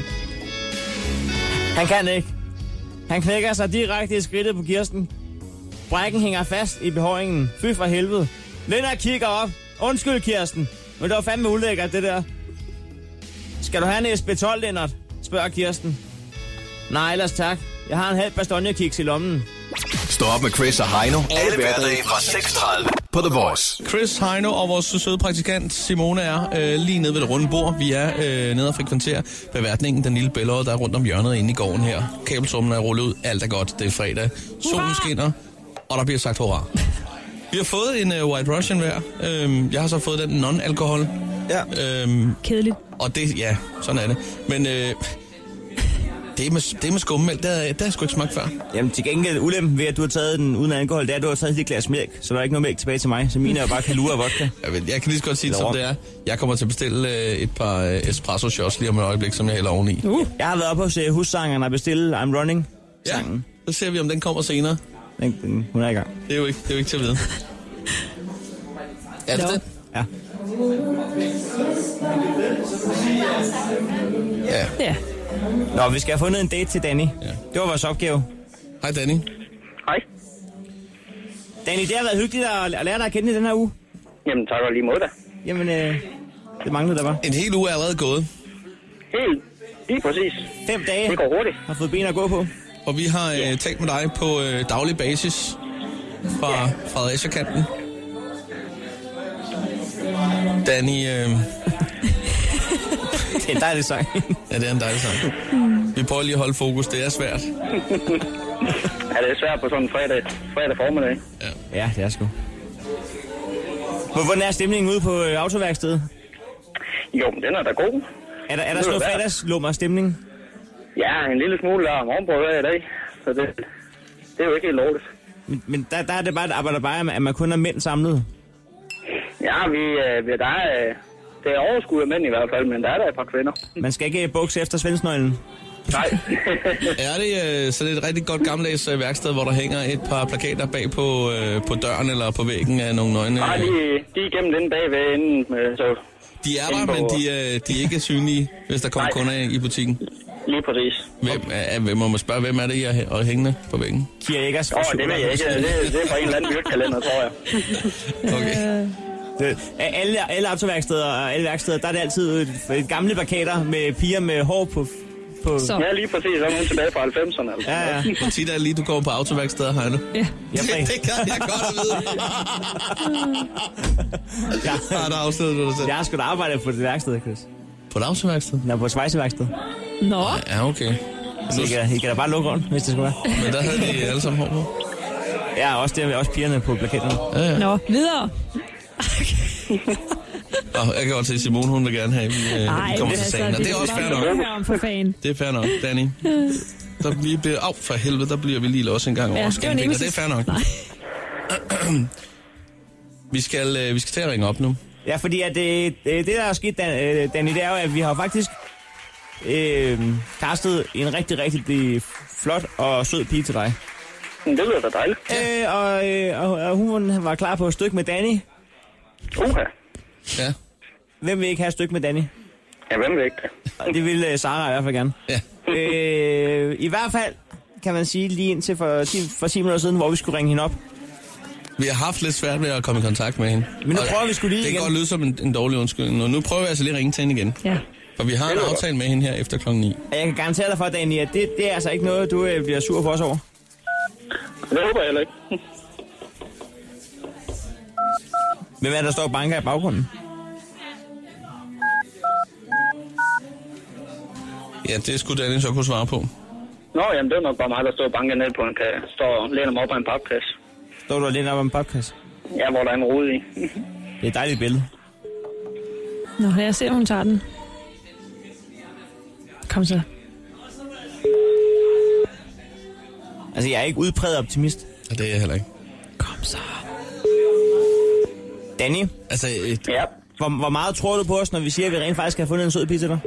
S4: Han kan ikke. Han knækker sig direkte i skridtet på Kirsten. Brækken hænger fast i behøjningen. Fy for helvede. Lennart kigger op. Undskyld, Kirsten, men det var fandme ulækkert, det der. Skal du have en SB12, Lennart? Spørger Kirsten. Nej, ellers tak. Jeg har en halv bastonjekiks i lommen.
S6: Stå op med Chris og Heino. Alle hverdage fra 6:30 på The Voice.
S3: Chris, Heino og vores søde praktikant Simone er lige nede ved det runde bord. Vi er nede og frekventerer beværtningen, den lille bælgerød, der er rundt om hjørnet inde i gården her. Kabelsummen er rullet ud. Alt er godt. Det er fredag. Solen skinner, og der bliver sagt hurra. Vi har fået en White Russian hver. Jeg har så fået den non-alkohol.
S4: Ja.
S11: Kedeligt.
S3: Og det, ja, sådan er det. Men det med skummemælk, det har jeg sgu ikke smagt før.
S4: Jamen til gengæld ulempen ved, at du har taget den uden alkohol, det er, at du har taget et glas mælk, så der er ikke noget mælk tilbage til mig. Så mine er jo bare kalure og vodka.
S3: Jeg kan lige så godt sige det, som det er. Jeg kommer til at bestille et par espresso shots lige om et øjeblik, som jeg hælder oveni.
S4: Jeg har været oppe hos hussangeren og bestilt I'm Running sangen.
S3: Ja, så ser vi, om den kommer senere.
S4: Hun er i gang.
S3: Det er jo ikke til at vide. Er det det?
S4: Ja.
S11: Ja.
S4: Nå, vi skal have fundet en date til Danny. Ja. Det var vores opgave.
S3: Hej Danny.
S8: Hej.
S4: Danny, det har været hyggeligt at lære dig at kende i den her uge.
S8: Jamen, tak og lige måde da.
S4: Jamen, det manglede der var.
S3: En hel uge er allerede gået.
S8: Helt. Lige præcis.
S4: 5 dage.
S8: Det går hurtigt.
S4: Har fået ben at gå på.
S3: Og vi har talt med dig på daglig basis fra Fredericia-kanten. Danny...
S4: Det er en dejlig sang.
S3: Ja, det er en dejlig sang. Vi prøver lige at holde fokus. Det er svært.
S8: Ja, det er svært på sådan en fredag formiddag.
S4: Ja, det er sgu. Hvordan er stemningen ude på autoværkstedet?
S8: Jo, den er da god.
S4: Er der sådan noget fredagslummer stemning?
S8: Ja, en lille smule der morgenbrød hver i dag. Så det er jo ikke helt lovligt.
S4: Men der er det bare, at man kun er mænd samlet?
S8: Ja, det er overskud af mænd i hvert fald, men der er der et par kvinder.
S4: Man skal ikke bukse efter svensnøglen?
S8: Nej.
S3: Er det så det er et rigtig godt gammeldags værksted, hvor der hænger et par plakater bag på døren eller på væggen af nogle nøgne?
S8: Nej, de er igennem den bagved inden. Så
S3: de er der, men de er ikke synlige, hvis der kommer kunder i butikken?
S8: Lige præcis.
S3: Hvem må man spørge, hvem er det, I har hængende på væggen?
S4: Kia Eggers.
S8: Det ved jeg ikke. Det er fra en eller anden virkekalender, tror jeg.
S3: Okay.
S4: Alle autoværksteder og alle værksteder, der er det altid et gamle plakater med piger med hår på...
S8: Ja, lige præcis. Så er nogen tilbage fra 90'erne. Altså.
S4: Ja.
S3: Hvor tit er det lige, du går på autoværksteder, Heino?
S11: Ja.
S3: Det kan jeg godt at vide. Der afsløret du dig selv.
S4: Jeg har sgu da arbejdet på det værksted, Chris.
S3: På et autoværksted?
S4: Nå, på et svejseværksted.
S11: Nå.
S3: Ja, okay.
S4: Så I kan da bare lukke rundt, hvis det skulle være.
S3: Men der havde de alle sammen hår på?
S4: Ja, også pigerne på plakaterne.
S3: Ja.
S11: Nå, videre.
S3: Jeg kan godt se, Simone, hun vil gerne have, at vi kommer til sagen. Og det er også fair nok. Det er fair nok, Danny. Vi bliver for helvede, der bliver vi lige også en gang over. Det er fair nok. Vi skal til at ringe op nu.
S4: Ja, fordi at det der er sket, Danny, det er jo, at vi har faktisk castet en rigtig, rigtig flot og sød pige til dig.
S8: Det lyder da dejligt.
S4: Og hun var klar på et stykke med Danny.
S3: Ja.
S4: Hvem vil ikke have et stykke med Danny?
S8: Ja, hvem vil ikke det?
S4: Det vil Sara i hvert fald gerne.
S3: Ja.
S4: I hvert fald, kan man sige, lige indtil for 10 minutter siden, hvor vi skulle ringe hende op.
S3: Vi har haft lidt svært ved at komme i kontakt med hende.
S4: Men nu prøver vi sgu lige igen.
S3: Det kan godt lyde som en dårlig undskyldning. Og nu prøver vi altså lige at ringe til hende igen.
S11: Ja.
S3: For vi har en aftale med hende her efter klokken 9.
S4: Jeg kan garantere dig for, Danny, at det er altså ikke noget, du bliver sur for os over.
S8: Det håber jeg heller ikke.
S4: Hvem er der står og banker i baggrunden?
S3: Ja, det skulle Danny så kunne svare på.
S8: Nå, jamen det er nok bare mig, der står og banker ned på en kasse. Står og læner mig op af en papkasse.
S4: Står du og læner op af en papkasse?
S8: Ja, hvor der er en rode i.
S4: Det er et dejligt billede.
S11: Nå, jeg ser, hun tager den. Kom så.
S4: Altså, jeg er ikke udpræget optimist.
S3: Ja, det er jeg heller ikke.
S11: Kom så.
S4: Danny?
S3: Altså,
S8: ja.
S4: Hvor meget tror du på os, når vi siger, at vi rent faktisk har fundet en sød pige til dig?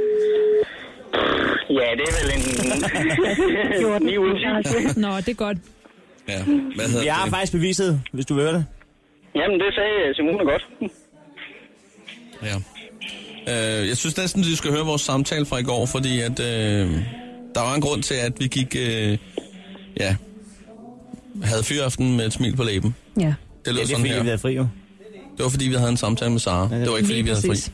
S8: Ja, det er vel en 9 ud af 10.
S11: Nå, det er godt.
S3: Ja, hvad hedder
S4: vi har faktisk beviset, hvis du vil høre det.
S8: Jamen, det sagde Simone godt.
S3: Ja. Jeg synes næsten, at du skal høre vores samtale fra i går, fordi at, der var en grund til, at vi gik, havde fyraften med et smil på læben.
S11: Ja.
S3: Det lød
S4: det er
S3: sådan
S4: fordi,
S3: her.
S4: vi havde fri jo.
S3: Det var fordi, vi havde en samtale med Sara. Det var ikke fordi, vi havde fri.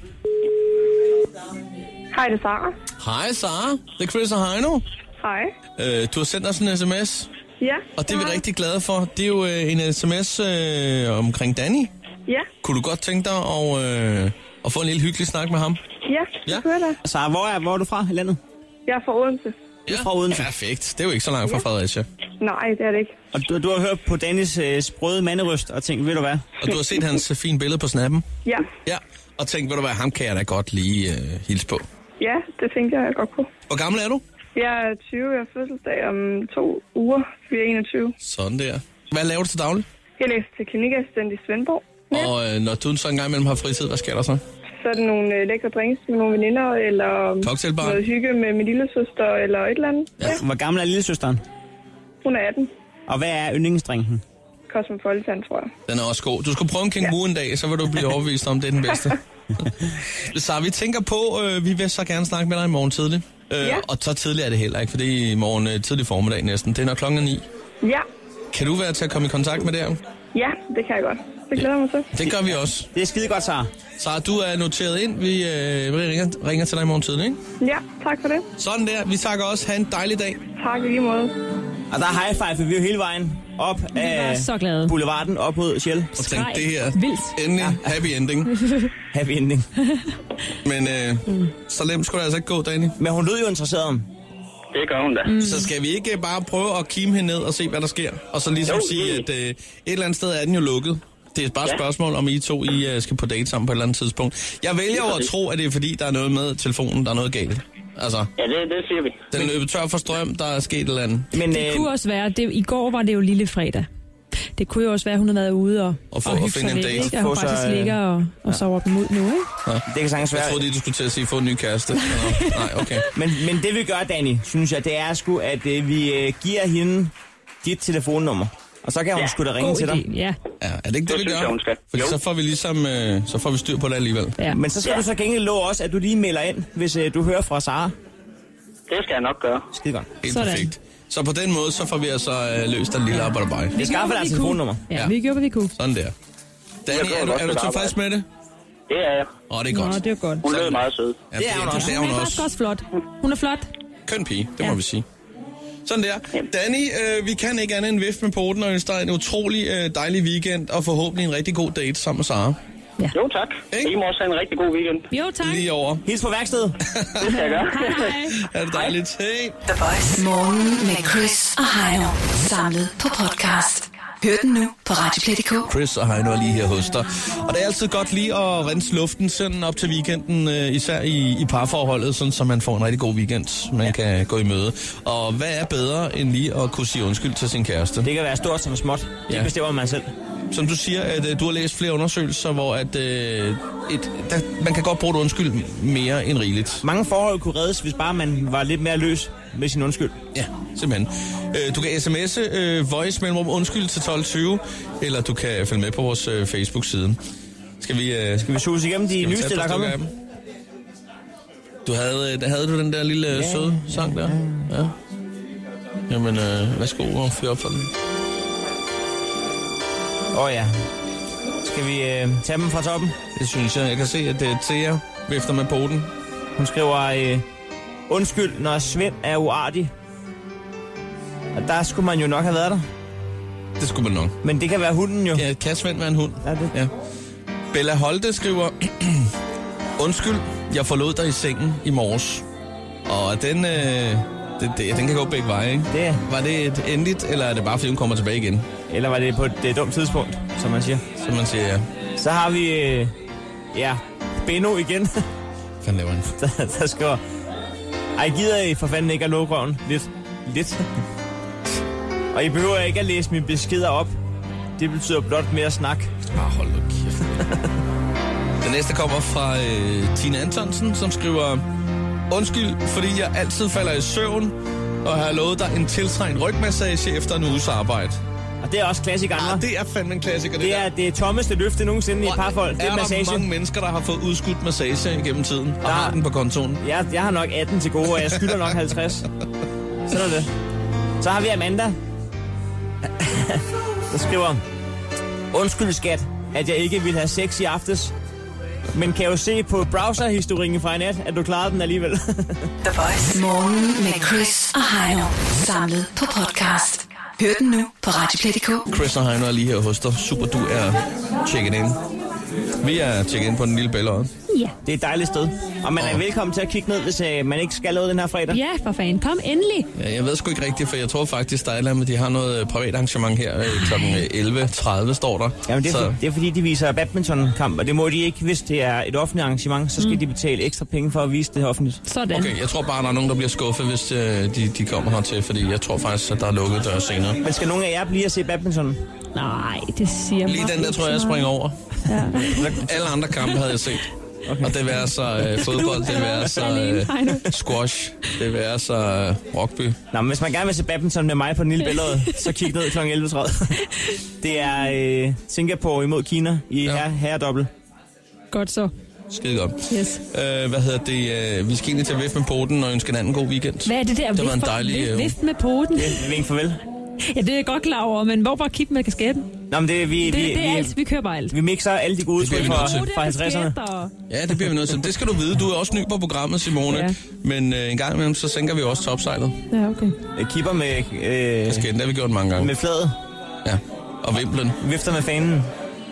S12: Hej, det er Sara.
S3: Hej Sara, det er Chris og Heino.
S12: Hej.
S3: Du har sendt os en sms.
S12: Ja.
S3: Og det er vi rigtig glade for. Det er jo en sms omkring Danny.
S12: Ja.
S3: Kunne du godt tænke dig at få en lille hyggelig snak med ham?
S12: Ja, det gør det.
S4: Sara, hvor er du fra i landet?
S12: Jeg er fra Odense.
S3: Ja, fra Odense. Perfekt. Det er jo ikke så langt fra Fredericia.
S12: Nej, det er det ikke.
S4: Og du har hørt på Dannys sprøde manderøst og tænkt, ved du hvad?
S3: Og du har set hans fine billede på snappen?
S12: Ja.
S3: Ja, og tænkt, ved du hvad, ham kan jeg da godt lige hilse på.
S12: Ja, det tænkte jeg godt på.
S3: Hvor gammel er du?
S12: Jeg er 20, jeg har fødselsdag om 2 uger. Vi er 21.
S3: Sådan der. Hvad laver du til daglig?
S12: Jeg læser til klinikassistent i Svendborg. Ja.
S3: Og når du så en gang imellem har fritid, hvad sker der så?
S12: Så er det nogle lækre drinks med nogle veninder, eller
S3: cocktailbar,
S12: noget hygge med min lillesøster, eller et eller andet.
S4: Ja. Hvor gammel er lillesøsteren?
S12: Hun er 18.
S4: Og hvad er yndlingsdrinken?
S12: Cosmopolitan, tror jeg.
S3: Den er også god. Du skal prøve en kænguru en dag, så vil du blive overbevist om, det er den bedste. Så vi tænker på, vi vil så gerne snakke med dig i morgen tidlig. Og så tidligt er det heller ikke, for det er i morgen tidlig formiddag næsten. Det er når klokken 9.
S12: Ja.
S3: Kan du være til at komme i kontakt med det?
S12: Ja, det kan jeg godt. Det glæder mig til.
S3: Det gør vi også.
S4: Det er skide godt, Sara.
S3: Sara, du er noteret ind. Vi ringer til dig i morgen tidlig, ikke?
S12: Ja, tak for det.
S3: Sådan der. Vi takker også. Ha' en dejlig dag.
S12: Tak i lige måde.
S4: Og der er high five, for vi er jo hele vejen op af boulevarden, op mod Shell.
S3: Og tænk, det her. Endelig. Happy ending.
S4: Happy ending.
S3: Men så nemt skulle det altså ikke gå, Danny.
S4: Men hun lød jo interesseret om.
S8: Det gør hun da.
S3: Så skal vi ikke bare prøve at kime hende ned og se, hvad der sker? Og så ligesom sige, at et eller andet sted er den jo lukket. Det er bare et spørgsmål, om I to skal på date sammen på et eller andet tidspunkt. Jeg vælger jo at tro, at det er fordi, der er noget med telefonen, der er noget galt. Altså,
S8: ja, det siger vi.
S3: Den løber tør for strøm, der er sket et eller andet.
S11: Men det kunne også være, i går var det jo lille fredag. Det kunne jo også være, at hun har været ude og
S3: finde en date.
S11: Og hun faktisk ligger og sover dem ud nu, ikke?
S3: Ja.
S4: Det kan sagtens være.
S3: Jeg troede lige, du skulle til at sige, få en ny kæreste. Nej, okay.
S4: Men det vi gør, Danny, synes jeg, det er sgu, at vi giver hende dit telefonnummer. Og så kan hun sgu da ringe til dig.
S11: Ja.
S3: Er det ikke det, vi gør? Fordi så får vi ligesom så får vi styr på det alligevel.
S4: Ja. Men så skal du så gengæld love også, at du lige melder ind, hvis du hører fra Sara.
S8: Det skal jeg nok gøre.
S4: Skide godt.
S3: Helt perfekt. Så på den måde, så får vi altså løst den lille arbejde.
S4: Vi skaffer dig telefonnummer.
S11: Ja, vi gjorde, hvad vi kunne.
S3: Sådan der. Danny, er du tilfreds med det?
S8: Det er jeg.
S3: Det er godt.
S11: Nå, det er godt.
S8: Hun lød meget sød.
S3: Ja, det er hun også.
S11: Hun er faktisk også flot. Hun er flot.
S3: Køn pige, det må vi sige. Sådan der. Danny, vi kan ikke andet end vifte med poten og ønske dig en utrolig dejlig weekend, og forhåbentlig en rigtig god date sammen med Sara.
S11: Ja.
S8: Jo, tak. I må også have en rigtig god weekend.
S11: Jo, tak.
S3: Lige over.
S4: Hils på værkstedet.
S8: Det skal jeg gøre.
S11: Hej.
S3: Er det dejligt. Hej.
S2: The Voice. Morgen med Chris og Heino. Samlet på podcast. Hør den nu på radioplay.dk.
S3: Chris og Heino er lige her hos dig. Og det er altid godt lige at rense luften sådan op til weekenden, især i parforholdet, sådan så man får en rigtig god weekend, man kan gå i møde. Og hvad er bedre end lige at kunne sige undskyld til sin kæreste?
S4: Det kan være stort som småt. Det bestemmer man selv.
S3: Som du siger, at du har læst flere undersøgelser, hvor at, man kan godt bruge et undskyld mere end rigeligt.
S4: Mange forhold kunne reddes, hvis bare man var lidt mere løs med sin undskyld.
S3: Ja, simpelthen. Du kan sms'e voice mellemrum undskyld til 1220, eller du kan følge med på vores Facebook-side. Skal vi
S4: suse igennem de nyeste, der er kommet?
S3: Havde du den der lille søde sang der? Ja. Jamen, værsgo og fyr op for den.
S4: Ja. Skal vi tage dem fra toppen?
S3: Det synes jeg. Jeg kan se, at det er Thea vifter med poten.
S4: Hun skriver, undskyld, når Svend er uartig. Og der skulle man jo nok have været der.
S3: Det skulle man nok.
S4: Men det kan være hunden jo.
S3: Ja, kan Svend være en hund?
S4: Ja, det.
S3: Ja. Bella Holte skriver, undskyld, jeg forlod dig i sengen i morges. Og den kan gå begge veje, ikke?
S4: Det.
S3: Var det et endeligt, eller er det bare, fordi hun kommer tilbage igen?
S4: Eller var det på et dumt tidspunkt, som man siger?
S3: Som man siger, ja.
S4: Så har vi, Benno igen.
S3: Hvad fanden laver han?
S4: Der skriver, gider I for fanden ikke at lukke røven? Lidt. Og I behøver ikke at læse mine beskeder op. Det betyder blot mere snak.
S3: Hold nu kæft. Den næste kommer fra Tina Antonsen, som skriver, undskyld, fordi jeg altid falder i søvn, og har lovet dig en tiltrængt rygmassage efter en uges arbejde.
S4: Og det er også klassiker, andre.
S3: Det er fandme en klassiker,
S4: det er tommeste løfte nogensinde i et parforhold. Det er massage.
S3: Der mange mennesker, der har fået udskudt massage gennem tiden, og har den på kontoen?
S4: Jeg har nok 18 til gode, og jeg skylder nok 50. Sådan er det. Så har vi Amanda, der skriver, undskyld skat, at jeg ikke ville have sex i aftes. Men kan jo se på browserhistorikken fra i nat, at du klarede den alligevel.
S2: The Voice. Morgen med Chris og Heino. Samlet på podcast. Hør den nu på radioplay.dk.
S3: Chris og Heino er lige her hos dig. Super, du er tjekket ind. Vi er tjekket ind på den lille Bellod.
S11: Ja.
S4: Det er et dejligt sted. Og man er velkommen til at kigge ned, hvis man ikke skal ud den her fredag.
S11: Ja, for fanden. Kom endelig.
S3: Ja, jeg ved sgu ikke rigtigt, for jeg tror faktisk, der er et eller andet, de har noget privat arrangement her kl. 11.30, står der.
S4: Jamen, det er fordi, de viser badmintonkamp, og det må de ikke, hvis det er et offentligt arrangement, så skal de betale ekstra penge for at vise det offentligt.
S11: Sådan.
S3: Okay, jeg tror bare, der er nogen, der bliver skuffet, hvis de kommer hertil, fordi jeg tror faktisk, at der er lukket dør senere.
S4: Men skal nogen af jer blive at se badminton?
S11: Nej, det siger
S3: lige den der, tror jeg springer over.
S11: Ja.
S3: Alle andre kampe havde jeg set. Okay. Og det vil så fodbold, det vil så squash, det vil så rugby.
S4: Nå, men hvis man gerne vil se badminton med mig på den lille Bellod, så kig ned kl. 11.30. Det er Singapore imod Kina i herredobbelt.
S11: Godt så.
S3: Skide godt.
S11: Yes.
S3: Hvad hedder det? Vi skal egentlig til at vifte med poten og ønske en anden god weekend.
S11: Hvad er det der?
S3: Det var en dejlig
S11: vift med poten?
S4: Vink farvel.
S11: Ja, det er jeg godt klar over, men hvor var kip med kasketten?
S4: Nå, men det
S11: er alt. Vi kører bare alt.
S4: Vi mixer alle de gode udtryk fra 50'erne.
S3: Ja, det bliver vi nødt til. Det skal du vide. Du er også ny på programmet, Simone. Ja. Men en gang imellem, så sænker vi også topsejlet.
S11: Ja, okay.
S4: Kipper med...
S3: kasketten, det har vi gjort mange gange.
S4: Med fladet.
S3: Ja, og vimplen.
S4: Vifter med fanen.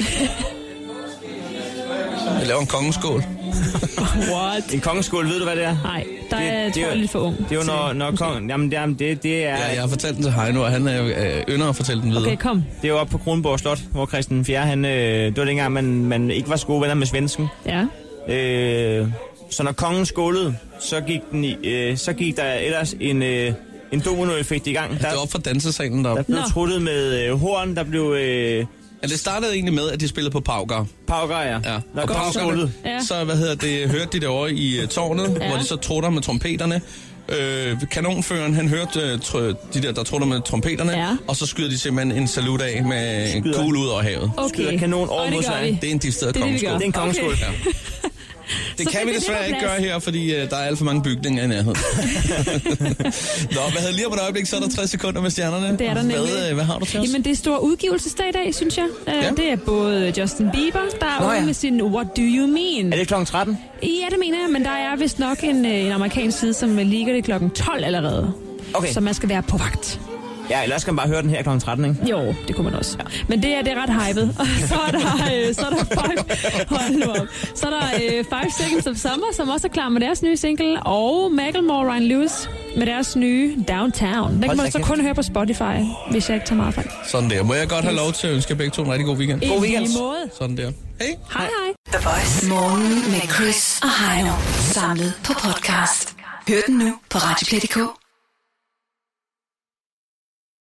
S3: Jeg laver en kongeskål.
S11: What?
S4: En kongeskål, ved du hvad det er?
S11: Nej, der er lidt for ung.
S4: Det er jo når kongen... Jamen, det er...
S3: Ja, jeg har fortalt den til Heino, og han ynder at fortælle den videre.
S11: Okay, kom.
S4: Det er jo oppe på Kronborg Slot, hvor Christian 4. Det var dengang, man ikke var så gode venner med svensken.
S11: Ja.
S4: Så når kongen skålede, så gik der ellers en dominoeffekt i gang.
S3: Det var op fra dansesalen deroppe.
S4: Der blev truttet med horn, der blev...
S3: Ja, det startede egentlig med, at de spillede på Paugar.
S4: Paugar, ja.
S3: Og Paugarne, så hørte de det over i tårnet, hvor de så trutter med trompeterne. Kanonføreren, han hørte de der trutter med trompeterne, og så skyder de simpelthen en salut af med en kugle ud over havet.
S4: Okay. Skyder kanon over mod sig.
S3: Det er en decideret kongeskål.
S4: Det er en kongeskål.
S3: Okay. Ja. Det kan vi desværre ikke gøre her, fordi der er alt for mange bygninger i nærheden. Nå, hvad havde lige om et øjeblik, så er der 60 sekunder med stjernerne.
S11: Det er der nemlig.
S3: Hvad har du til os?
S11: Jamen, det er stor udgivelsesdag i dag, synes jeg. Det er både Justin Bieber, der er ude med sin What Do You Mean?
S4: Er det kl. 13?
S11: Ja, det mener jeg, men der er vist nok en amerikansk side, som ligger det kl. 12 allerede. Okay. Så man skal være på vagt.
S4: Ja, ellers skal man bare høre den her kl. 13, ikke?
S11: Jo, det kunne man også. Ja. Men det er ret hypet. Og så er der 5 Seconds of Summer, som også er klar med deres nye single, og Macklemore og Ryan Lewis med deres nye Downtown. Den kan man så kun høre på Spotify, hvis jeg ikke tager meget fejl.
S3: Sådan der. Må jeg godt have lov til at ønske begge to en rigtig god weekend?
S11: God weekend. I måde.
S3: Sådan der. Hej.
S11: Hej.
S2: The Voice. Morgen med Chris og Heino. Samlet på podcast. Hør den nu på radioplay.dk.